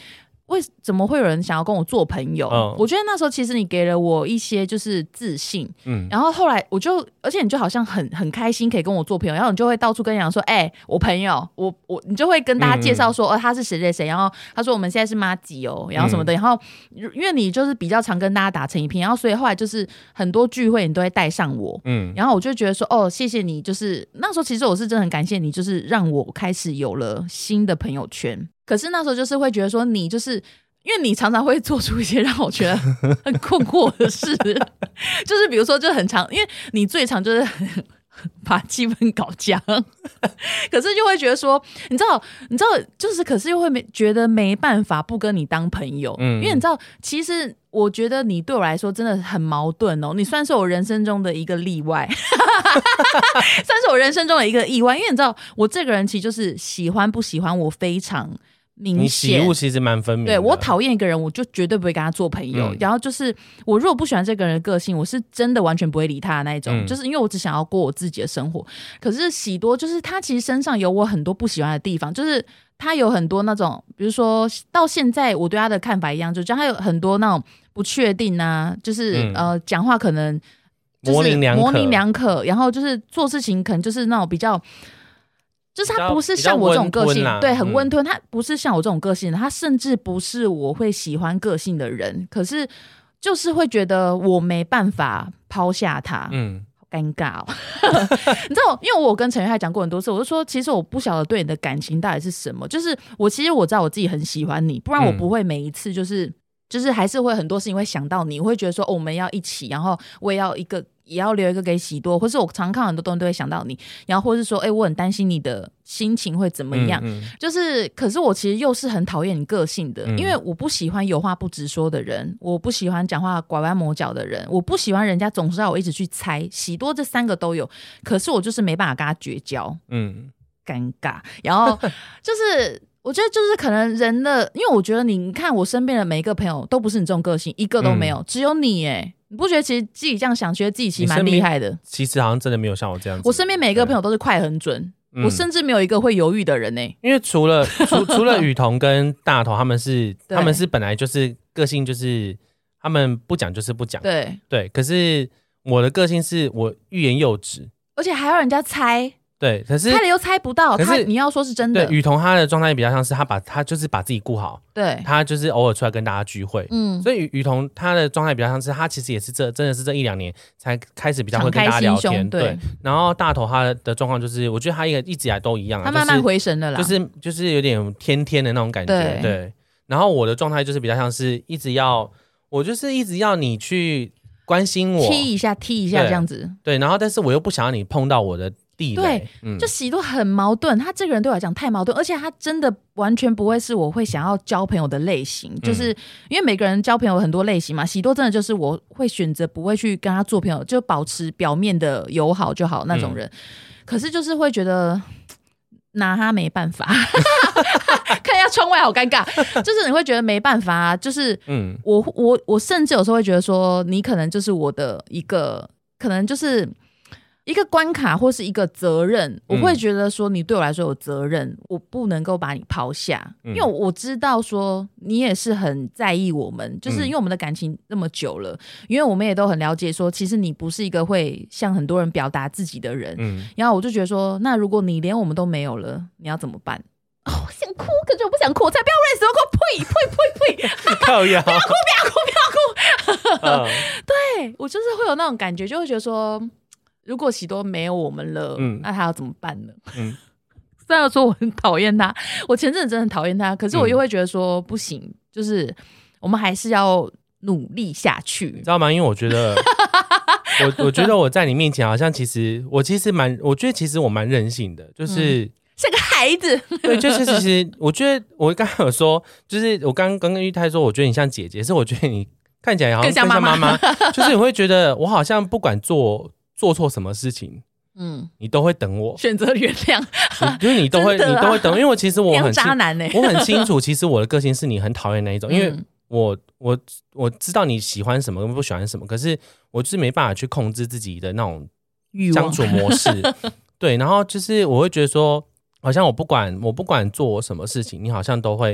为怎么会有人想要跟我做朋友、嗯、我觉得那时候其实你给了我一些就是自信、嗯、然后后来我就而且你就好像很很开心可以跟我做朋友，然后你就会到处跟人讲说哎、欸，我朋友我我你就会跟大家介绍说、嗯、哦他是谁谁谁，然后他说我们现在是麻吉哦，然后什么的、嗯、然后因为你就是比较常跟大家打成一片，然后所以后来就是很多聚会你都会带上我，嗯，然后我就觉得说哦谢谢你，就是那时候其实我是真的很感谢你，就是让我开始有了新的朋友圈。可是那时候就是会觉得说你就是因为你常常会做出一些让我觉得很困惑的事就是比如说就很常，因为你最常就是把气氛搞僵可是就会觉得说你知道你知道就是可是又会没觉得没办法不跟你当朋友、嗯、因为你知道其实我觉得你对我来说真的很矛盾哦，你算是我人生中的一个例外算是我人生中的一个意外，因为你知道我这个人其实就是喜欢不喜欢我非常明显， 你喜恶其实蛮分明的。 对，我讨厌一个人我就绝对不会跟他做朋友、嗯、然后就是我如果不喜欢这个人的个性，我是真的完全不会理他的那一种、嗯、就是因为我只想要过我自己的生活。可是喜多就是他其实身上有我很多不喜欢的地方，就是他有很多那种比如说到现在我对他的看法一样，就叫他有很多那种不确定啊，就是、嗯、呃讲话可能就是模棱两可模棱两可，然后就是做事情可能就是那种比较就是他不是像我这种个性，对，很温吞、嗯、他不是像我这种个性的，他甚至不是我会喜欢个性的人，可是就是会觉得我没办法抛下他，嗯，好尴尬哦你知道因为我跟陈玉还讲过很多次，我就说其实我不晓得对你的感情到底是什么，就是我其实我知道我自己很喜欢你，不然我不会每一次就是、嗯、就是还是会很多事情会想到你，我会觉得说、哦、我们要一起，然后我也要一个也要留一个给喜多，或是我常看很多东西都会想到你，然后或是说哎、欸，我很担心你的心情会怎么样、嗯嗯、就是可是我其实又是很讨厌你个性的、嗯、因为我不喜欢有话不直说的人，我不喜欢讲话拐弯抹角的人，我不喜欢人家总是要我一直去猜，喜多这三个都有，可是我就是没办法跟他绝交，嗯，尴尬，然后就是我觉得就是可能人的，因为我觉得你看我身边的每一个朋友都不是你这种个性，一个都没有、嗯、只有你耶，你不觉得其实自己这样想觉得自己其实蛮厉害的？ 其实好像真的没有像我这样子， 我身边每一个朋友都是快很准、嗯、我甚至没有一个会犹豫的人耶， 因为除了除除了雨桐跟大头他们是他们是本来就是个性就是他们不讲就是不讲， 对对，可是我的个性是我欲言又止， 而且还要人家猜， 对，可是猜了又猜不到，可是你要说是真的。 对，雨桐他的状态比较像是他把他就是把自己顾好， 对， 他就是偶尔出来跟大家聚会，嗯，所以雨雨桐他的状态比较像是他其实也是这真的是这一两年才开始比较会跟大家聊天，对, 对。然后大头他的状况就是，我觉得他一个一直以来都一样、啊， 他慢慢回神了啦， 就是就是有点天天的那种感觉， 对, 对。然后我的状态就是比较像是一直要，我就是一直要你去关心我， 踢一下踢一下这样子， 对。然后但是我又不想要你碰到我的地雷， 对、嗯，就喜多很矛盾，他这个人对我来讲太矛盾，而且他真的完全不会是我会想要交朋友的类型、嗯、就是因为每个人交朋友有很多类型嘛，喜多真的就是我会选择不会去跟他做朋友，就保持表面的友好就好那种人、嗯、可是就是会觉得拿他没办法看一下窗外好尴尬就是你会觉得没办法、啊、就是嗯，我我我甚至有时候会觉得说你可能就是我的一个可能就是一个关卡或是一个责任，我会觉得说你对我来说有责任、嗯、我不能够把你抛下、嗯、因为我知道说你也是很在意我们，就是因为我们的感情那么久了、嗯、因为我们也都很了解说其实你不是一个会向很多人表达自己的人、嗯、然后我就觉得说那如果你连我们都没有了你要怎么办？哦，我想哭，可是我不想哭，我才不要认识我，给我呸呸呸呸！ 靠腰， 不要哭，不要哭，不要哭！嗯、对我就是会有那种感觉，就会觉得说，如果喜多没有我们了，嗯，那他要怎么办呢？嗯，虽然说我很讨厌他，我前阵子真的很讨厌他，可是我又会觉得说，不行，就是我们还是要努力下去，你知道吗？因为我觉得。我我觉得我在你面前好像其实我其实蛮我觉得其实我蛮任性的，就是像、嗯、个孩子对，就是其实我觉得我刚刚有说就是我刚刚跟玉泰说我觉得你像姐姐，是我觉得你看起来好像更像妈妈就是你会觉得我好像不管做做错什么事情嗯，你都会等我选择原谅就是你都会、啊、你都会等，因为我其实我很渣男、欸、 我很清楚其实我的个性是你很讨厌那一种、嗯、因为我我我知道你喜欢什么跟不喜欢什么，可是我就是没办法去控制自己的那种相处模式对，然后就是我会觉得说好像我不管我不管做什么事情你好像都会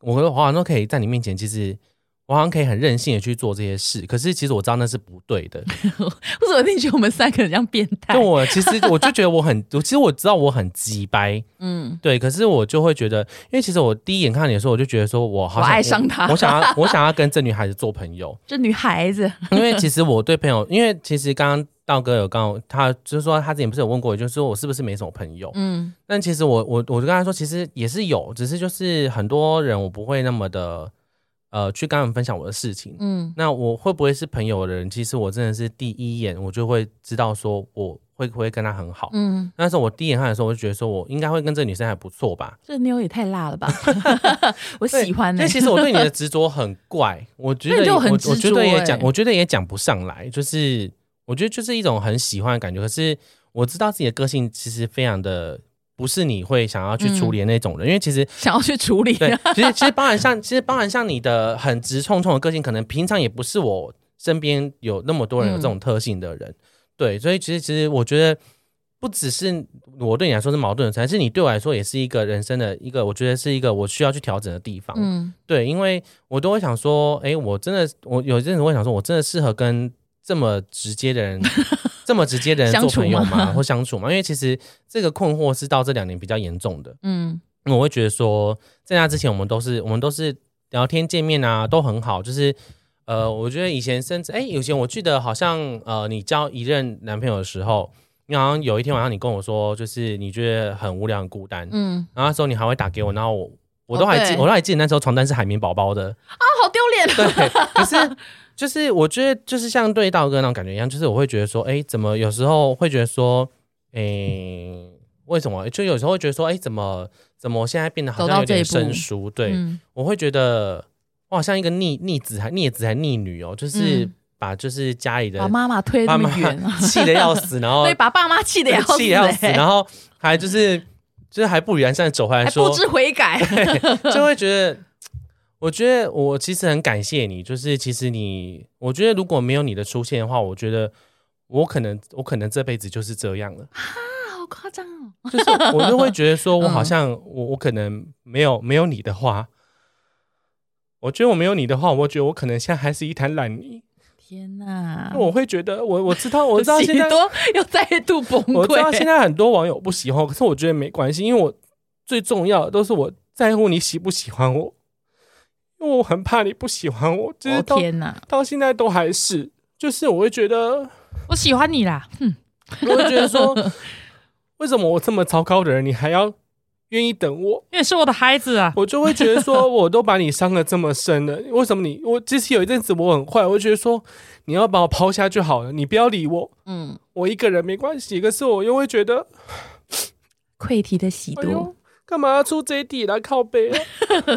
我我好像都可以在你面前，其实我好像可以很任性的去做这些事，可是其实我知道那是不对的。 为什么你觉得我们三个人这样变态？ 就我其实我就觉得我很，我其实我知道我很鸡掰，嗯，对，可是我就会觉得，因为其实我第一眼看到你的时候，我就觉得说我好想我爱上他， 我, 我想要我想要跟这女孩子做朋友， 这女孩子， 因为其实我对朋友，因为其实刚刚道哥有刚他就是说他之前不是有问过我，就是说我是不是没什么朋友，嗯，但其实我我我就跟他说，其实也是有，只是就是很多人我不会那么的。呃，去跟他们分享我的事情，嗯，那我会不会是朋友的人？其实我真的是第一眼我就会知道说我会不会跟他很好，嗯，那时候我第一眼看的时候，我就觉得说我应该会跟这个女生还不错吧。 这妞也太辣了吧，我喜欢呢、 欸。其实我对你的执着很怪，我觉得就很执着、欸、 我觉得也讲，我觉得也讲不上来，就是我觉得就是一种很喜欢的感觉。可是我知道自己的个性其实非常的。不是你会想要去处理的那种人，嗯、因为其实想要去处理， 对，其实其实包含像，其实包含像你的很直冲冲的个性，可能平常也不是我身边有那么多人有这种特性的人，嗯、对，所以其实其实我觉得不只是我对你来说是矛盾的，还是你对我来说也是一个人生的一个，我觉得是一个我需要去调整的地方，嗯，对，因为我都会想说，哎，我真的，我有一阵子会想说，我真的适合跟这么直接的人。这么直接的人做朋友吗？或相处吗？因为其实这个困惑是到这两年比较严重的。嗯，我会觉得说，在那之前我们都是我们都是聊天见面啊，都很好。就是呃，我觉得以前甚至哎，以前我记得好像呃，你交一任男朋友的时候，你好像有一天晚上你跟我说，就是你觉得很无聊、很孤单。嗯，然后那时候你还会打给我，然后我我都还记，哦、我都还记得那时候床单是海绵宝宝的啊，好丢脸。 对，可是。就是我觉得就是像对道哥那种感觉一样，就是我会觉得说，哎，怎么有时候会觉得说，哎，为什么？就有时候会觉得说，哎，怎么怎么我现在变得好像有点生疏？对、嗯，我会觉得我好像一个逆逆子还逆子还逆女哦，就是把就是家里的把妈妈推那么远， 气得要死，然后对，把爸妈气得要死， 气得要死，然后还就是就是还不以然善走回来说， 还不知悔改， 就会觉得。我觉得我其实很感谢你，就是其实你，我觉得如果没有你的出现的话，我觉得我可能我可能这辈子就是这样了啊，好夸张哦！ 就是我就会觉得说，我好像、嗯、我我可能没有没有你的话，我觉得我没有你的话，我觉得我可能现在还是一滩烂泥。 天哪！ 我会觉得我我知道我知道现在又再度崩溃， 我知道现在很多网友不喜欢我，可是我觉得没关系，因为我最重要的都是我在乎你喜不喜欢我。因为我很怕你不喜欢我，就是到、 哦、天哪， 到现在都还是，就是我会觉得我喜欢你啦，哼， 我会觉得说，为什么我这么糟糕的人，你还要愿意等我？ 因为是我的孩子啊， 我就会觉得说，我都把你伤得这么深了，为什么你？我其实有一阵子我很坏，我会觉得说，你要把我抛下就好了，你不要理我，嗯，我一个人没关系。可是我又会觉得溃堤的喜多， 干嘛要出这一题来靠背啊？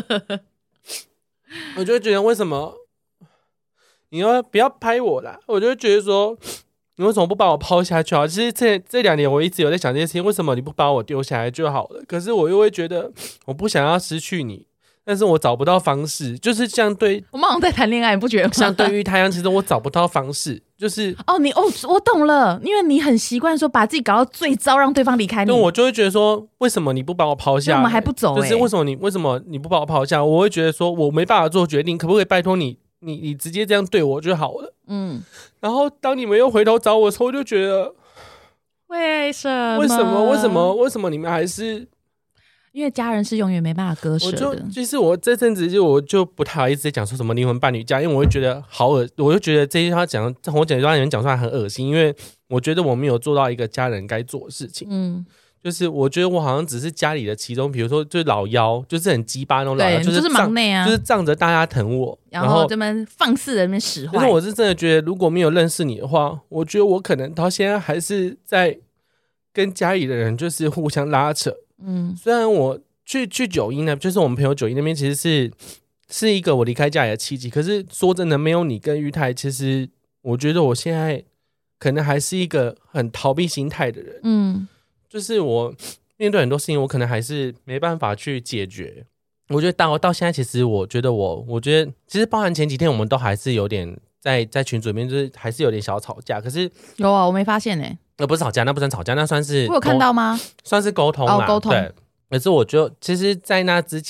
我就会觉得为什么你要不要拍我啦？我就会觉得说你为什么不把我抛下去啊？其实这这两年我一直有在想这件事情，为什么你不把我丢下来就好了？可是我又会觉得我不想要失去你，但是我找不到方式，就是像对我们好像在谈恋爱，你不觉得吗？ 像对于太阳，其实我找不到方式，就是哦，你哦，我懂了，因为你很习惯说把自己搞到最糟，让对方离开你。 对，我就会觉得说，为什么你不把我抛下？ 我们还不走、欸， 就是为什么你为什么你不把我抛下？我会觉得说我没办法做决定，可不可以拜托你，你你直接这样对我就好了。嗯，然后当你们又回头找我的时候，我就觉得为什么？ 为什么？为什么？为什么你们还是？ 因为家人是永远没办法割舍的。 我就其实我这阵子就我就不太好意思讲说什么灵魂伴侣家，因为我会觉得好恶，我就觉得这些话讲，我讲让人讲出来很恶心，因为我觉得我没有做到一个家人该做的事情。嗯，就是我觉得我好像只是家里的其中，比如说就是老幺，就是很鸡巴那种老幺， 就是忙内啊， 就是仗着大家疼我， 然后这边放肆的那边使坏。 但是我是真的觉得，如果没有认识你的话，我觉得我可能到现在还是在跟家里的人就是互相拉扯。嗯，虽然我。去去九一呢，就是我们朋友九一那边，其实是是一个我离开家里的契机。可是说真的，没有你跟玉泰，其实我觉得我现在可能还是一个很逃避心态的人。嗯，就是我面对很多事情，我可能还是没办法去解决。我觉得到到现在，其实我觉得我，我觉得其实包含前几天，我们都还是有点在在群组里面，就是还是有点小吵架。可是有啊，我没发现呢、欸。 那不是吵架，那不算吵架，那算是我有看到吗？ 算是沟通啦， 哦，沟通。 对。可是我就其实在那之前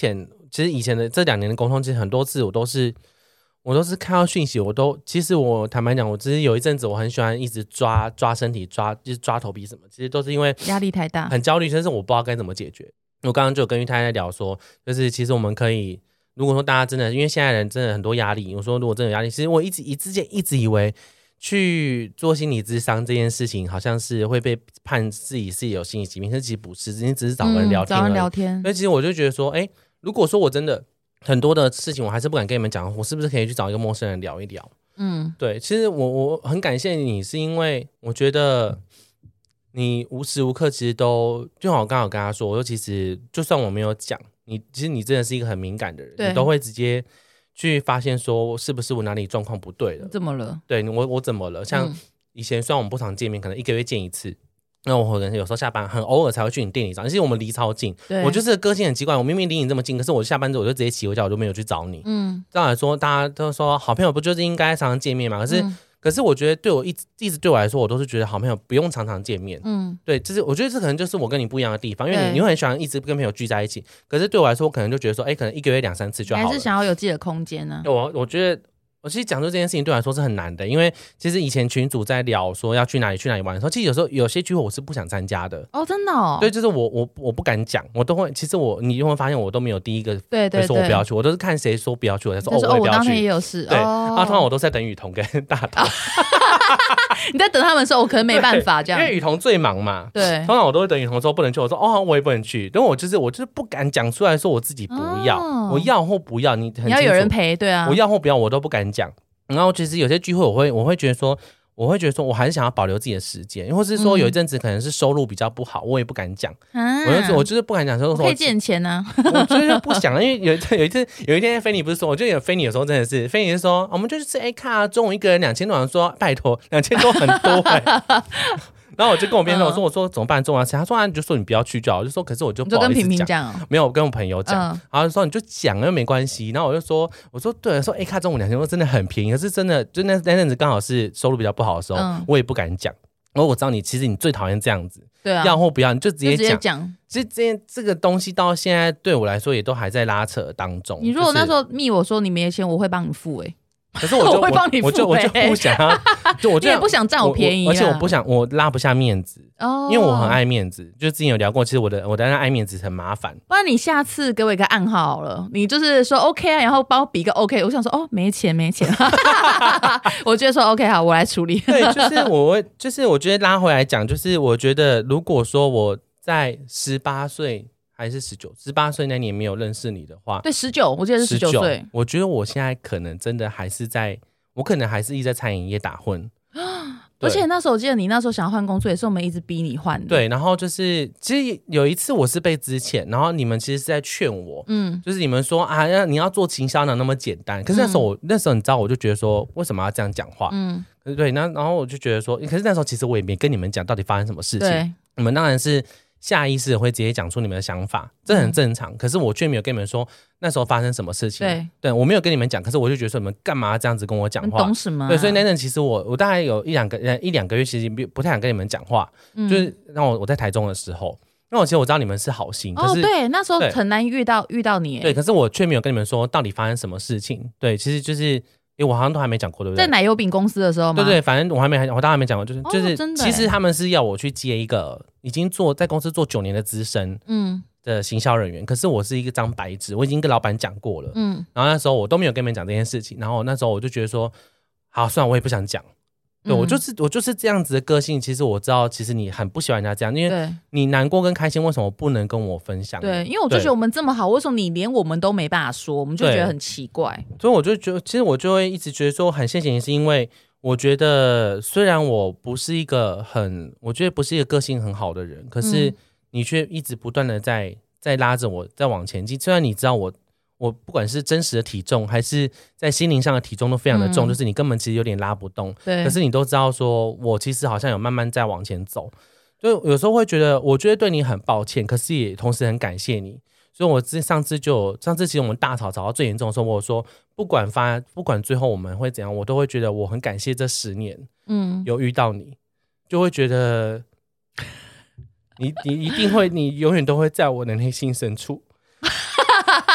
其实以前的这两年的沟通，其实很多次我都是我都是看到讯息，我都其实我坦白讲，我只是有一阵子我很喜欢一直抓抓身体，抓就是抓头皮什么，其实都是因为压力太大， 很焦虑，甚至我不知道该怎么解决。我刚刚就有跟玉太在聊说，就是其实我们可以，如果说大家真的，因为现在人真的很多压力，我说如果真的有压力，其实我一直一之前一直以为。去做心理咨商这件事情，好像是会被判自己是有心理疾病，但其实不是，你只是找个人聊天而已、嗯、 找人聊天。 所以其实我就觉得说，哎、欸，如果说我真的很多的事情，我还是不敢跟你们讲，我是不是可以去找一个陌生人聊一聊？嗯，对。其实我我很感谢你，是因为我觉得你无时无刻其实都，就好我刚好跟他说，我说其实就算我没有讲，你其实你真的是一个很敏感的人，你都会直接。去发现说是不是我哪里状况不对了？ 怎么了？ 对我我怎么了？像以前虽然我们不常见面，可能一个月见一次，那我可能有时候下班很偶尔才会去你店里找，其实我们离超近。我就是个性很奇怪，我明明离你这么近，可是我下班之后我就直接骑回家，我就没有去找你。嗯，这样来说，大家都说好朋友不就是应该常常见面嘛？可是。嗯可是我觉得对我一直一直对我来说，我都是觉得好朋友不用常常见面。嗯，对，就是我觉得这可能就是我跟你不一样的地方，因为你你会很喜欢一直跟朋友聚在一起。可是对我来说，我可能就觉得说，哎，可能一个月两三次就好了。 还是想要有自己的空间呢、啊？ 我我觉得。我其实讲出这件事情对我来说是很难的，因为其实以前群组在聊说要去哪里去哪里玩的时候，其实有时候有些聚会我是不想参加的。 哦，真的哦。 对，就是我我我不敢讲，我都会。其实我你就会发现我都没有第一个对对对说我不要去，我都是看谁说不要去，我才说哦， 我也不要去。 我当天也有事。 对， 哦、 啊，通常我都是在等雨桐跟大头。 你在等他们的时候，我可能没办法这样， 因为雨桐最忙嘛。 对， 通常我都会等雨桐说不能去，我说哦，我也不能去，因为我就是我就是不敢讲出来说我自己不要，哦、我要或不要，你很你要有人陪，对啊， 我要或不要我都不敢讲。然后其实有些聚会我会我会觉得说我会觉得说我还是想要保留自己的时间，或是说有一阵子可能是收入比较不好，我也不敢讲、嗯、我就是我就是不敢讲说可以借钱啊， 我就是不想，因为有一次有一次有一天菲尼不是说，我就有菲尼有时候真的是菲尼是说我们就去吃 A 卡，中午一个人两千多，说拜托两千多很多哎、欸。然后我就跟我边说，我说我说怎么办？中午要吃，他说啊，你就说你不要去就好。我就说可是我就不好意思讲， 就跟平平讲、哦， 没有，我跟我朋友讲，嗯、然后就说你就讲又没关系。然后我就说，我说对，说 A 卡中午两千多真的很便宜，可是真的就那那阵子刚好是收入比较不好的时候，嗯、我也不敢讲。然后我知道你其实你最讨厌这样子， 对啊， 要或不要你就直接讲。 其实这这个东西到现在对我来说也都还在拉扯当中。 你如果那时候密我说你没钱，我会帮你付哎、欸。 可是我就我会帮你付、欸， 我就我就不想要，就我就你也不想占我便宜、啊， 而且我不想我拉不下面子哦，因为我很爱面子。就之前有聊过，其实我的我的爱面子很麻烦。 不然你下次给我一个暗号好了，你就是说 OK 啊，然后帮我比一个 OK。我想说哦，没钱没钱，我觉得说 OK 好，我来处理。 对，就是我就是我觉得拉回来讲，就是我觉得如果说我在十八岁。还是十九、十八岁那年没有认识你的话， 对，十九，我记得是十九岁。 我觉得我现在可能真的还是在，我可能还是一直在餐饮业打混。 而且那时候我记得你那时候想要换工作，也是我们一直逼你换的。 对，然后就是其实有一次我是被资遣，然后你们其实是在劝我，嗯，就是你们说啊，要你要做行销哪那么简单？可是那时候我、嗯、那时候你知道，我就觉得说为什么要这样讲话？嗯，对，那然后我就觉得说，可是那时候其实我也没跟你们讲到底发生什么事情。 对， 你们当然是。下意识会直接讲出你们的想法，这很正常、嗯、可是我却没有跟你们说那时候发生什么事情。 对， 对我没有跟你们讲，可是我就觉得说你们干嘛这样子跟我讲话， 懂什么、啊、 对，所以那阵其实我我大概有一两个一两个月其实不太想跟你们讲话、嗯、就是让我我在台中的时候，那我其实我知道你们是好心，可是哦对，那时候很难遇到遇到你， 对，可是我却没有跟你们说到底发生什么事情。对，其实就是因为我好像都还没讲过，对不对？ 在奶油饼公司的时候吗？ 对对，反正我还没，我当然还没讲过，就是、哦、就是，其实他们是要我去接一个已经做在公司做九年的资深嗯的行销人员，可是我是一个张白纸，我已经跟老板讲过了，嗯，然后那时候我都没有跟你们讲这件事情，然后那时候我就觉得说，好，算了，我也不想讲。对、嗯、我就是我就是这样子的个性，其实我知道，其实你很不喜欢人家这样，因为你难过跟开心，为什么不能跟我分享？ 对，因为我就觉得我们这么好，为什么你连我们都没办法说？我们就觉得很奇怪。 所以我就觉得，其实我就会一直觉得说，很谢谢你，是因为我觉得虽然我不是一个很，我觉得不是一个个性很好的人，可是你却一直不断的在在拉着我，在往前进。虽然你知道我。我不管是真实的体重还是在心灵上的体重都非常的重、嗯、就是你根本其实有点拉不动， 对， 可是你都知道说我其实好像有慢慢在往前走，就有时候会觉得我觉得对你很抱歉，可是也同时很感谢你。所以我上次就上次其实我们大吵吵到最严重的时候，我说不管发不管最后我们会怎样，我都会觉得我很感谢这十年嗯有遇到你，就会觉得你你一定会你永远都会在我的内心深处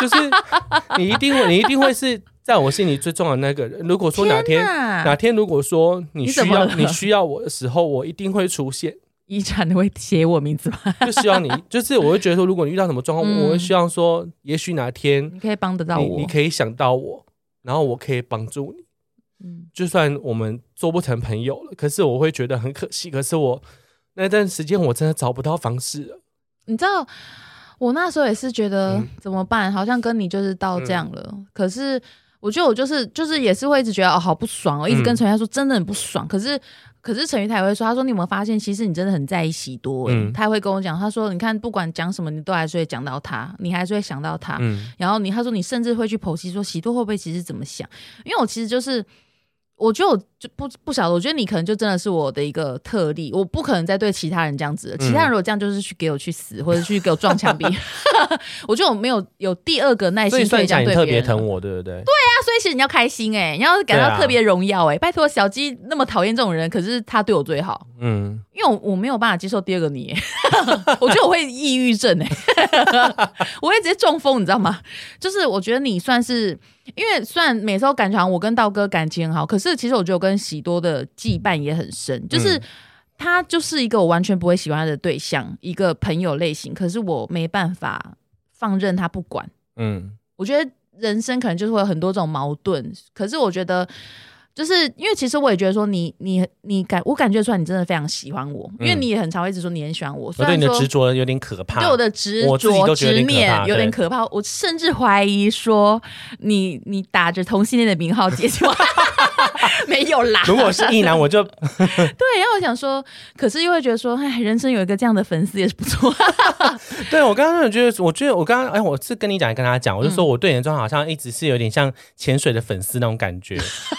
就是你一定会，你一定会是在我心里最重要的那个人。如果说哪天哪天，如果说你需要 你, 你需要我的时候，我一定会出现。 遗产你会写我名字吗？ 就希望你，就是我会觉得说，如果你遇到什么状况、嗯，我会希望说，也许哪天你可以帮得到我你， 你可以想到我，然后我可以帮助你。嗯，就算我们做不成朋友了，可是我会觉得很可惜。可是我那段时间我真的找不到方式了。 你知道，我那时候也是觉得、嗯、怎么办？好像跟你就是到这样了。嗯、可是我觉得我就是就是也是会一直觉得哦，好不爽哦，一直跟陈玉泰说真的很不爽。嗯、可是。可是陈玉泰也会说，他说你有没有发现，其实你真的很在意喜多、欸嗯、他会跟我讲，他说你看不管讲什么，你都还是会讲到他，你还是会想到他。嗯、然后你他说你甚至会去剖析说喜多会不会其实怎么想，因为我其实就是我觉得我就不不晓得，我觉得你可能就真的是我的一个特例，我不可能再对其他人这样子了、嗯、其他人如果这样就是去给我去死，或者去给我撞墙壁我觉得我没有有第二个耐心可以这样对别人。所以算起来你特别疼我，对不对？对啊，所以其实你要开心哎、欸，你要感到特别荣耀哎、欸啊，拜托小鸡那么讨厌这种人，可是他对我最好，嗯，因为 我, 我没有办法接受第二个你、欸，我觉得我会抑郁症哎、欸，我会直接中风，你知道吗？就是我觉得你算是。因为虽然每次都感觉好像我跟道哥感情很好，可是其实我觉得我跟喜多的羁绊也很深，就是他就是一个我完全不会喜欢的对象，一个朋友类型，可是我没办法放任他不管。嗯，我觉得人生可能就是会有很多这种矛盾，可是我觉得就是因为其实我也觉得说你你你感我感觉出来你真的非常喜欢我、嗯、因为你也很常会一直说你很喜欢我， 我对你的执着有点可怕， 对我的执着执念有点可怕，我甚至怀疑说你你打着同性恋的名号接近我没有啦， 如果是异男我就对， 然后我想说可是又会觉得说哎，人生有一个这样的粉丝也是不错对，我刚刚觉得我觉得我刚刚哎，我是跟你讲也跟他讲，我就说我对你的状况好像一直是有点像潜水的粉丝那种感觉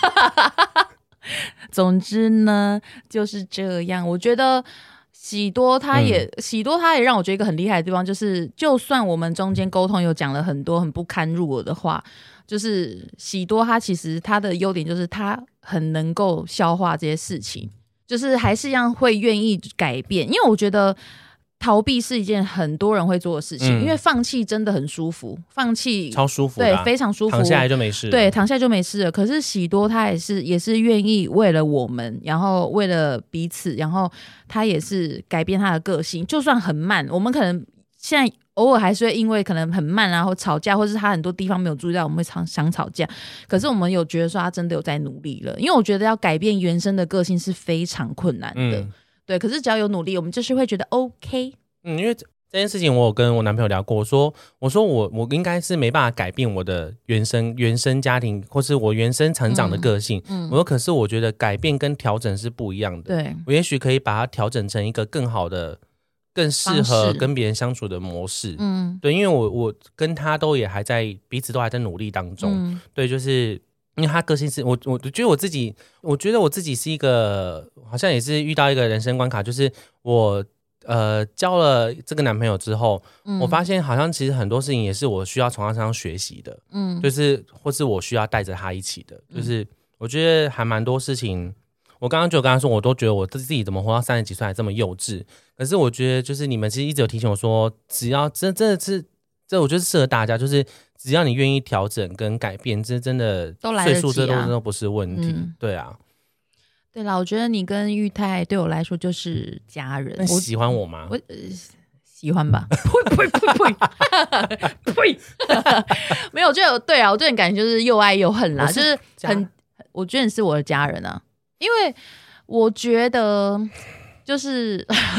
总之呢就是这样，我觉得喜多他也、嗯、喜多他也让我觉得一个很厉害的地方，就是就算我们中间沟通有讲了很多很不堪入耳的话，就是喜多他其实他的优点就是他很能够消化这些事情，就是还是一样会愿意改变，因为我觉得逃避是一件很多人会做的事情、嗯、因为放弃真的很舒服，放弃超舒服的、啊、 对，非常舒服， 躺下来就没事了， 对，躺下来就没事了。可是喜多他也是也是愿意为了我们，然后为了彼此，然后他也是改变他的个性，就算很慢，我们可能现在偶尔还是会因为可能很慢啊或吵架，或是他很多地方没有注意到我们会常想吵架，可是我们有觉得说他真的有在努力了，因为我觉得要改变原生的个性是非常困难的、嗯、对，可是只要有努力我们就是会觉得 OK。 嗯，因为这件事情我有跟我男朋友聊过，我说我说我我应该是没办法改变我的原生原生家庭或是我原生成长的个性、嗯嗯、我说可是我觉得改变跟调整是不一样的，对，我也许可以把它调整成一个更好的更适合跟别人相处的模式，嗯，对，因为我我跟他都也还在彼此都还在努力当中、嗯、对，就是因为他个性是我我觉得我自己我觉得我自己是一个好像也是遇到一个人生关卡，就是我呃交了这个男朋友之后、嗯、我发现好像其实很多事情也是我需要从他身上学习的，嗯，就是或是我需要带着他一起的，就是我觉得还蛮多事情，我刚刚就跟他说我都觉得我自己怎么活到三十几岁还这么幼稚，可是我觉得就是你们其实一直有提醒我说只要真真的是这我觉得适合大家，就是只要你愿意调整跟改变，这真的都来得及啊，岁数这都真的不是问题、嗯、对啊， 对啦，我觉得你跟玉泰对我来说就是家人。 那喜欢我吗？ 我、呃、喜欢吧。呸呸呸呸呸！没有，就对啊，我对你感觉就是又爱又恨啦，是就是很，我觉得你是我的家人啊，因为我觉得就是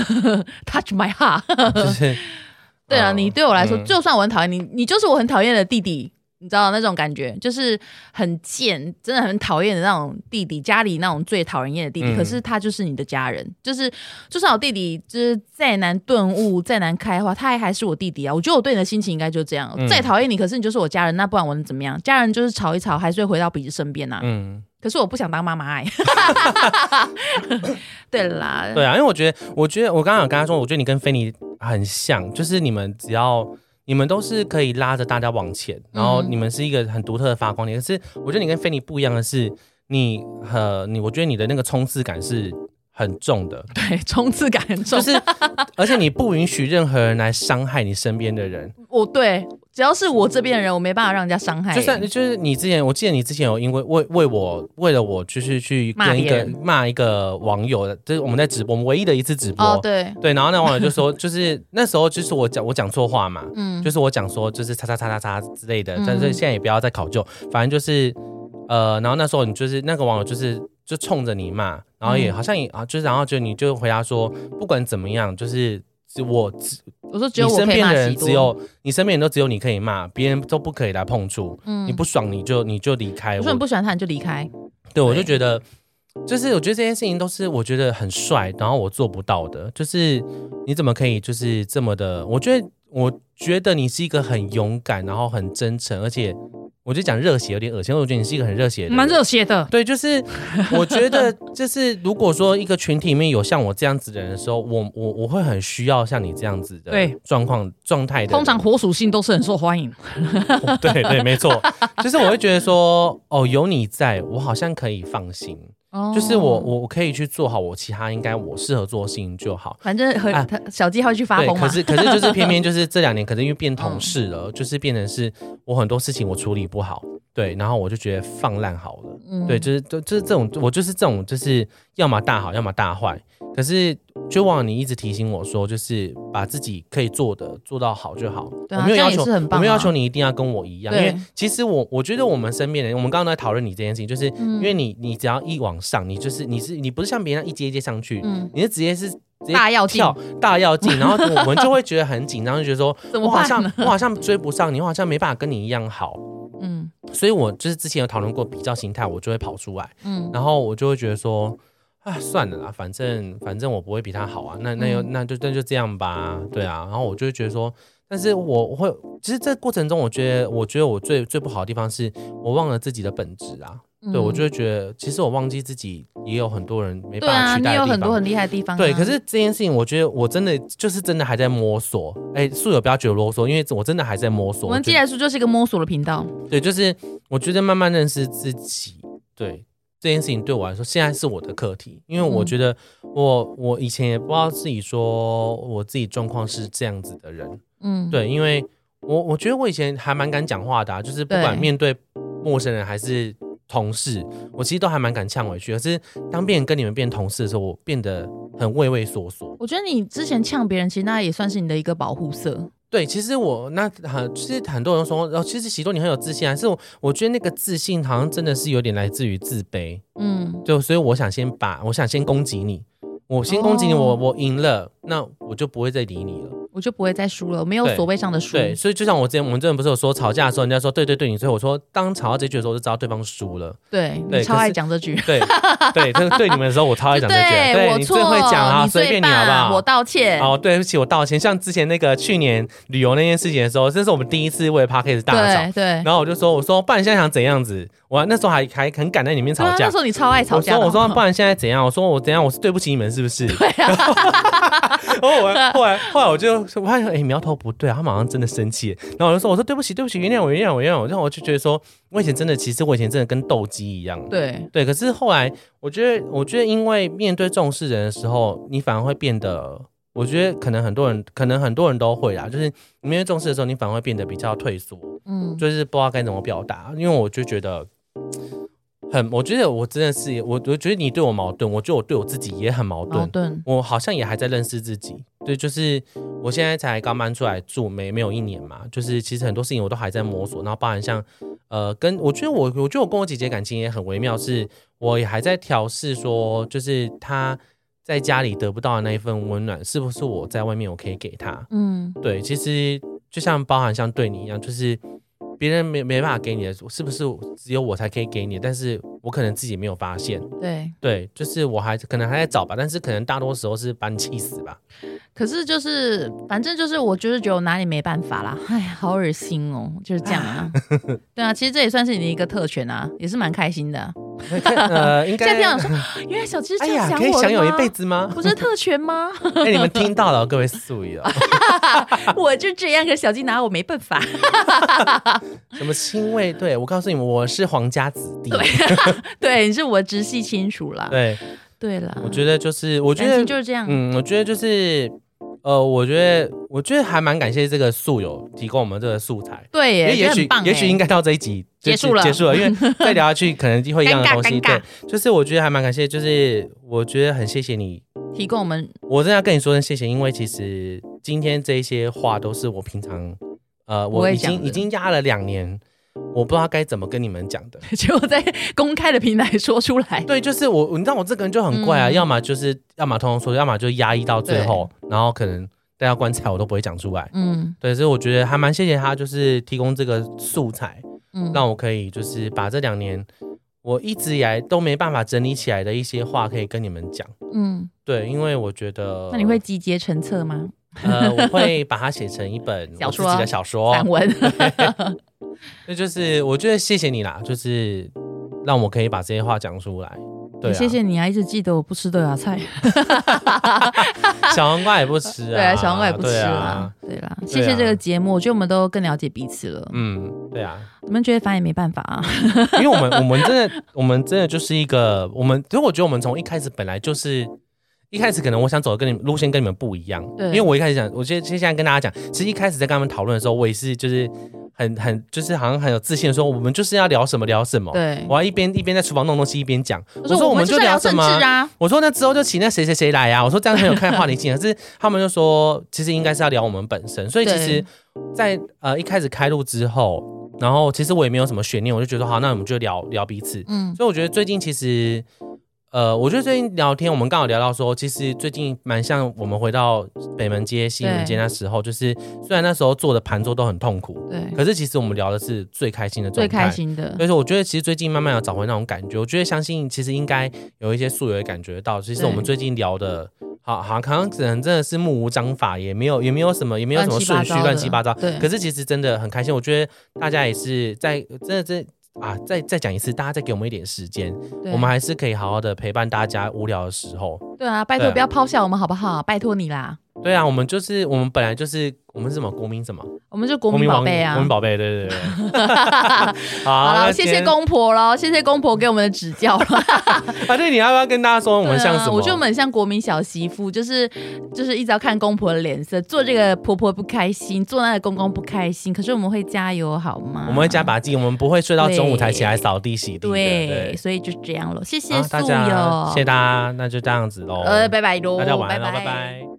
touch my heart， 就是对啊，你对我来说，嗯、就算我很讨厌你，你就是我很讨厌的弟弟。你知道那种感觉，就是很贱，真的很讨厌的那种弟弟，家里那种最讨人厌的弟弟、嗯、可是他就是你的家人，就是就算我弟弟就是再难顿悟再难开化，他还是我弟弟啊。我觉得我对你的心情应该就这样、嗯、再讨厌你，可是你就是我家人，那不然我能怎么样？家人就是吵一吵还是会回到彼此身边啊。嗯，可是我不想当妈妈爱对啦， 对啊，因为我觉得我觉得我刚刚有跟他说，我觉得你跟菲尼很像，就是你们只要你们都是可以拉着大家往前，然后你们是一个很独特的发光点、嗯、可是我觉得你跟菲尼不一样的是你和你我觉得你的那个冲刺感是很重的， 对，冲刺感很重， 就是而且你不允许任何人来伤害你身边的人。 我对只要是我这边的人，我没办法让人家伤害。 就算就是你之前，我记得你之前有因为为为我为了我，就是去跟一个骂一个网友，就是我们在直播，我们唯一的一次直播， 哦、对对，然后那网友就说，就是那时候就是我讲我讲错话嘛，嗯，就是我讲说就是叉叉叉叉叉之类的，嗯、但是现在也不要再考究，反正就是呃，然后那时候你就是那个网友就是就冲着你骂，然后也好像也啊，就是然后就你就回答说，不管怎么样，就是我。 我说只有我可以骂喜多， 你身边的人只有你身边人都只有你可以骂，别人都不可以来碰触。嗯，你不爽你就你就离开。 我说你不喜欢他你就离开。 对，我就觉得，就是我觉得这件事情都是我觉得很帅，然后我做不到的。就是你怎么可以就是这么的？我觉得我觉得你是一个很勇敢，然后很真诚，而且。我就讲热血有点恶心，我觉得你是一个很热血的人， 蛮热血的。 对，就是我觉得就是如果说一个群体里面有像我这样子的人的时候，我我我会很需要像你这样子的状况状态的。 通常火属性都是很受欢迎。 对对，没错，就是我会觉得说，哦，有你在，我好像可以放心。Oh. 就是我我可以去做好我其他应该我适合做的事情就好， 反正和、啊、小鸡会去发疯嘛。 可是可是就是偏偏就是这两年可能因为变同事了，嗯、就是变成是我很多事情我处理不好，对，然后我就觉得放烂好了，嗯、对，就是就就是这种我就是这种就是要么大好要么大坏，可是就忘了你一直提醒我说，就是把自己可以做的做到好就好。 对啊、 我没有要求， 啊、 我没有要求你一定要跟我一样，因为其实我我觉得我们身边的人，我们刚刚在讨论你这件事情，就是、嗯、因为你你只要一往上，你就是你是你不是像别人一阶一阶上去，嗯、你是直接是直接大跃进， 大跃进，然后我们就会觉得很紧张，就觉得说我好像我好像追不上你，我好像没办法跟你一样好。嗯，所以我就是之前有讨论过比较心态，我就会跑出来，嗯，然后我就会觉得说。啊，算了啦，反正反正我不会比他好啊，那那又、嗯、那就那就这样吧，对啊，然后我就会觉得说，但是我会，其实这过程中，我觉得我觉得我最最不好的地方是我忘了自己的本质啊，嗯、对我就会觉得，其实我忘记自己也有很多人没办法取代的地方， 对啊，你有很多很厉害的地方、啊， 对，可是这件事情，我觉得我真的就是真的还在摸索，哎，宿友不要觉得啰嗦，因为我真的还在摸索。 我们既来说就是一个摸索的频道， 对，就是我觉得慢慢认识自己，对。这件事情对我来说，现在是我的课题，因为我觉得我、嗯、我以前也不知道自己说我自己状况是这样子的人，嗯，对，因为我我觉得我以前还蛮敢讲话的、啊，就是不管面对陌生人还是同事，我其实都还蛮敢呛回去。可是当别人跟你们变同事的时候，我变得很畏畏缩缩。 我觉得你之前呛别人，其实那也算是你的一个保护色。 对，其实我那很，其实很多人说，哦，其实喜多你很有自信，还是我我觉得那个自信好像真的是有点来自于自卑，嗯，就所以我想先把，我想先攻击你，我先攻击你，哦、我我赢了，那我就不会再理你了。 我就不会再输了，没有所谓上的输。 对，所以就像我之前我们之前不是有说吵架的时候，人家说对对对你，所以我说当吵到这句的时候，我就知道对方输了。 对，对，你超爱讲这句。 对对，对, 对你们的时候我超爱讲这句。 对， 对我你最会讲啊，随便你好不好？ 我道歉。 哦，对不起，我道歉。像之前那个去年旅游那件事情的时候，这是我们第一次为了 Podcast 大吵。 对对。 然后我就说，我说不然现在想怎样子？我那时候还还很敢在里面吵架。啊、 那时候你超爱吵架。 我说我说不然现在怎样？我说我怎样？我是对不起你们是不是？ 对啊。 然后我后来后来我就我发现哎苗头不对啊，他马上真的生气，然后我就说我说对不起对不起原谅我原谅我原谅我，然后我就觉得说我以前真的其实我以前真的跟斗鸡一样，对对，可是后来我觉得我觉得因为面对重视人的时候，你反而会变得，我觉得可能很多人可能很多人都会啦，就是你面对重视的时候，你反而会变得比较退缩，嗯，就是不知道该怎么表达，因为我就觉得。很，我觉得我真的是，我我觉得你对我矛盾，我觉得我对我自己也很矛盾。矛盾，我好像也还在认识自己。对，就是我现在才刚搬出来住，没没有一年嘛，就是其实很多事情我都还在摸索。然后包含像呃，跟我觉得我我觉得我跟我姐姐感情也很微妙，是我也还在调试说，就是她在家里得不到的那一份温暖，是不是我在外面我可以给她？嗯，对，其实就像包含像对你一样，就是。别人 没, 没办法给你的，是不是只有我才可以给你？但是我可能自己没有发现。对对，就是我还可能还在找吧，但是可能大多时候是把你气死吧。 可是就是反正就是我就是觉得我拿你没办法啦，哎，好恶心哦，就是这样啊。对啊，其实这也算是你的一个特权啊，也是蛮开心的、啊。 呃，应该现在听讲说，原来小鸡是这样想我的吗？ 哎呀，可以享有一辈子吗？ 不是特权吗？ 哎、欸，你们听到了，各位宿友。 我就这样，可小鸡拿我没办法。 什么亲卫？对，我告诉你们，我是皇家子弟。 对、啊，对，你是我直系亲属啦。 对， 对啦， 我觉得就是，我觉得就是这样。 嗯，我觉得就是。 呃，我觉得我觉得还蛮感谢这个宿友提供我们这个素材。 对耶， 也许也许应该到这一集结束了， 结束了，因为再聊下去可能会一样的东西。对，就是我觉得还蛮感谢，就是我觉得很谢谢你提供我们。 我真的要跟你说声谢谢，因为其实今天这些话都是我平常呃，我已经已经压了两年。我不知道该怎么跟你们讲的， 结果在公开的平台说出来。 对，就是我，你知道我这个人就很怪啊，嗯、要么就是要么通通说，要么就压抑到最后，然后可能大家棺材我都不会讲出来。嗯，对，所以我觉得还蛮谢谢他，就是提供这个素材，嗯，让我可以就是把这两年我一直以来都没办法整理起来的一些话，可以跟你们讲。嗯，对，因为我觉得， 那你会集结成册吗？ 呃，我会把它写成一本我自己的小说、 散文。 那就是我觉得谢谢你啦，就是让我可以把这些话讲出来。对、啊， 谢谢你啊，一直记得我不吃豆芽菜， 小黄瓜也不吃啊， 对啊，小黄瓜也不吃啊，对啦，谢谢这个节目，我觉得我们都更了解彼此了。 嗯，对啊， 你们觉得反正也没办法啊， 因为我们我们真的我们真的就是一个我们，所以我觉得我们从一开始本来就是。一开始可能我想走的跟你们路线跟你们不一样，对，因为我一开始讲，我现在现在跟大家讲，其实一开始在跟他们讨论的时候，我也是就是很很就是好像很有自信的说，我们就是要聊什么聊什么，对，我要一边一边在厨房弄东西一边讲，我说我们就聊什么，啊、我说那之后就请那谁谁谁来啊，我说这样很有看话题性，可是他们就说其实应该是要聊我们本身，所以其实在呃一开始开录之后，然后其实我也没有什么悬念，我就觉得好，那我们就聊聊彼此，嗯，所以我觉得最近其实。呃，我觉得最近聊天，我们刚好聊到说，其实最近蛮像我们回到北门街、西门街那时候，就是虽然那时候做的盘桌都很痛苦，对，可是其实我们聊的是最开心的状态， 最开心的。 所以说，我觉得其实最近慢慢要找回那种感觉，我觉得相信其实应该有一些宿友也感觉到，其实我们最近聊的，好好可能可能真的是目无章法，也没有也没有什么也没有什么顺序乱七八糟，对。可是其实真的很开心，我觉得大家也是在真的真。啊，再再讲一次，大家再给我们一点时间，我们还是可以好好的陪伴大家无聊的时候。 对啊，拜托不要抛下我们好不好？拜托你啦。 对啊，我们就是我们本来就是我们是什么国民什么？ 我们就国民宝贝啊， 国民宝贝，对对对。 好了，谢谢公婆咯，谢谢公婆给我们的指教了。 啊，对，你要不要跟大家说我们像什么？ 我觉得我们很像国民小媳妇，就是就是一直要看公婆的脸色，做这个婆婆不开心，做那个公公不开心，可是我们会加油好吗？ 我们会加把劲，我们不会睡到中午才起来扫地洗地。 对，对，所以就这样了，谢谢宿友， 谢谢大家，那就这样子喽。 呃，拜拜喽， 大家晚安喽，拜拜。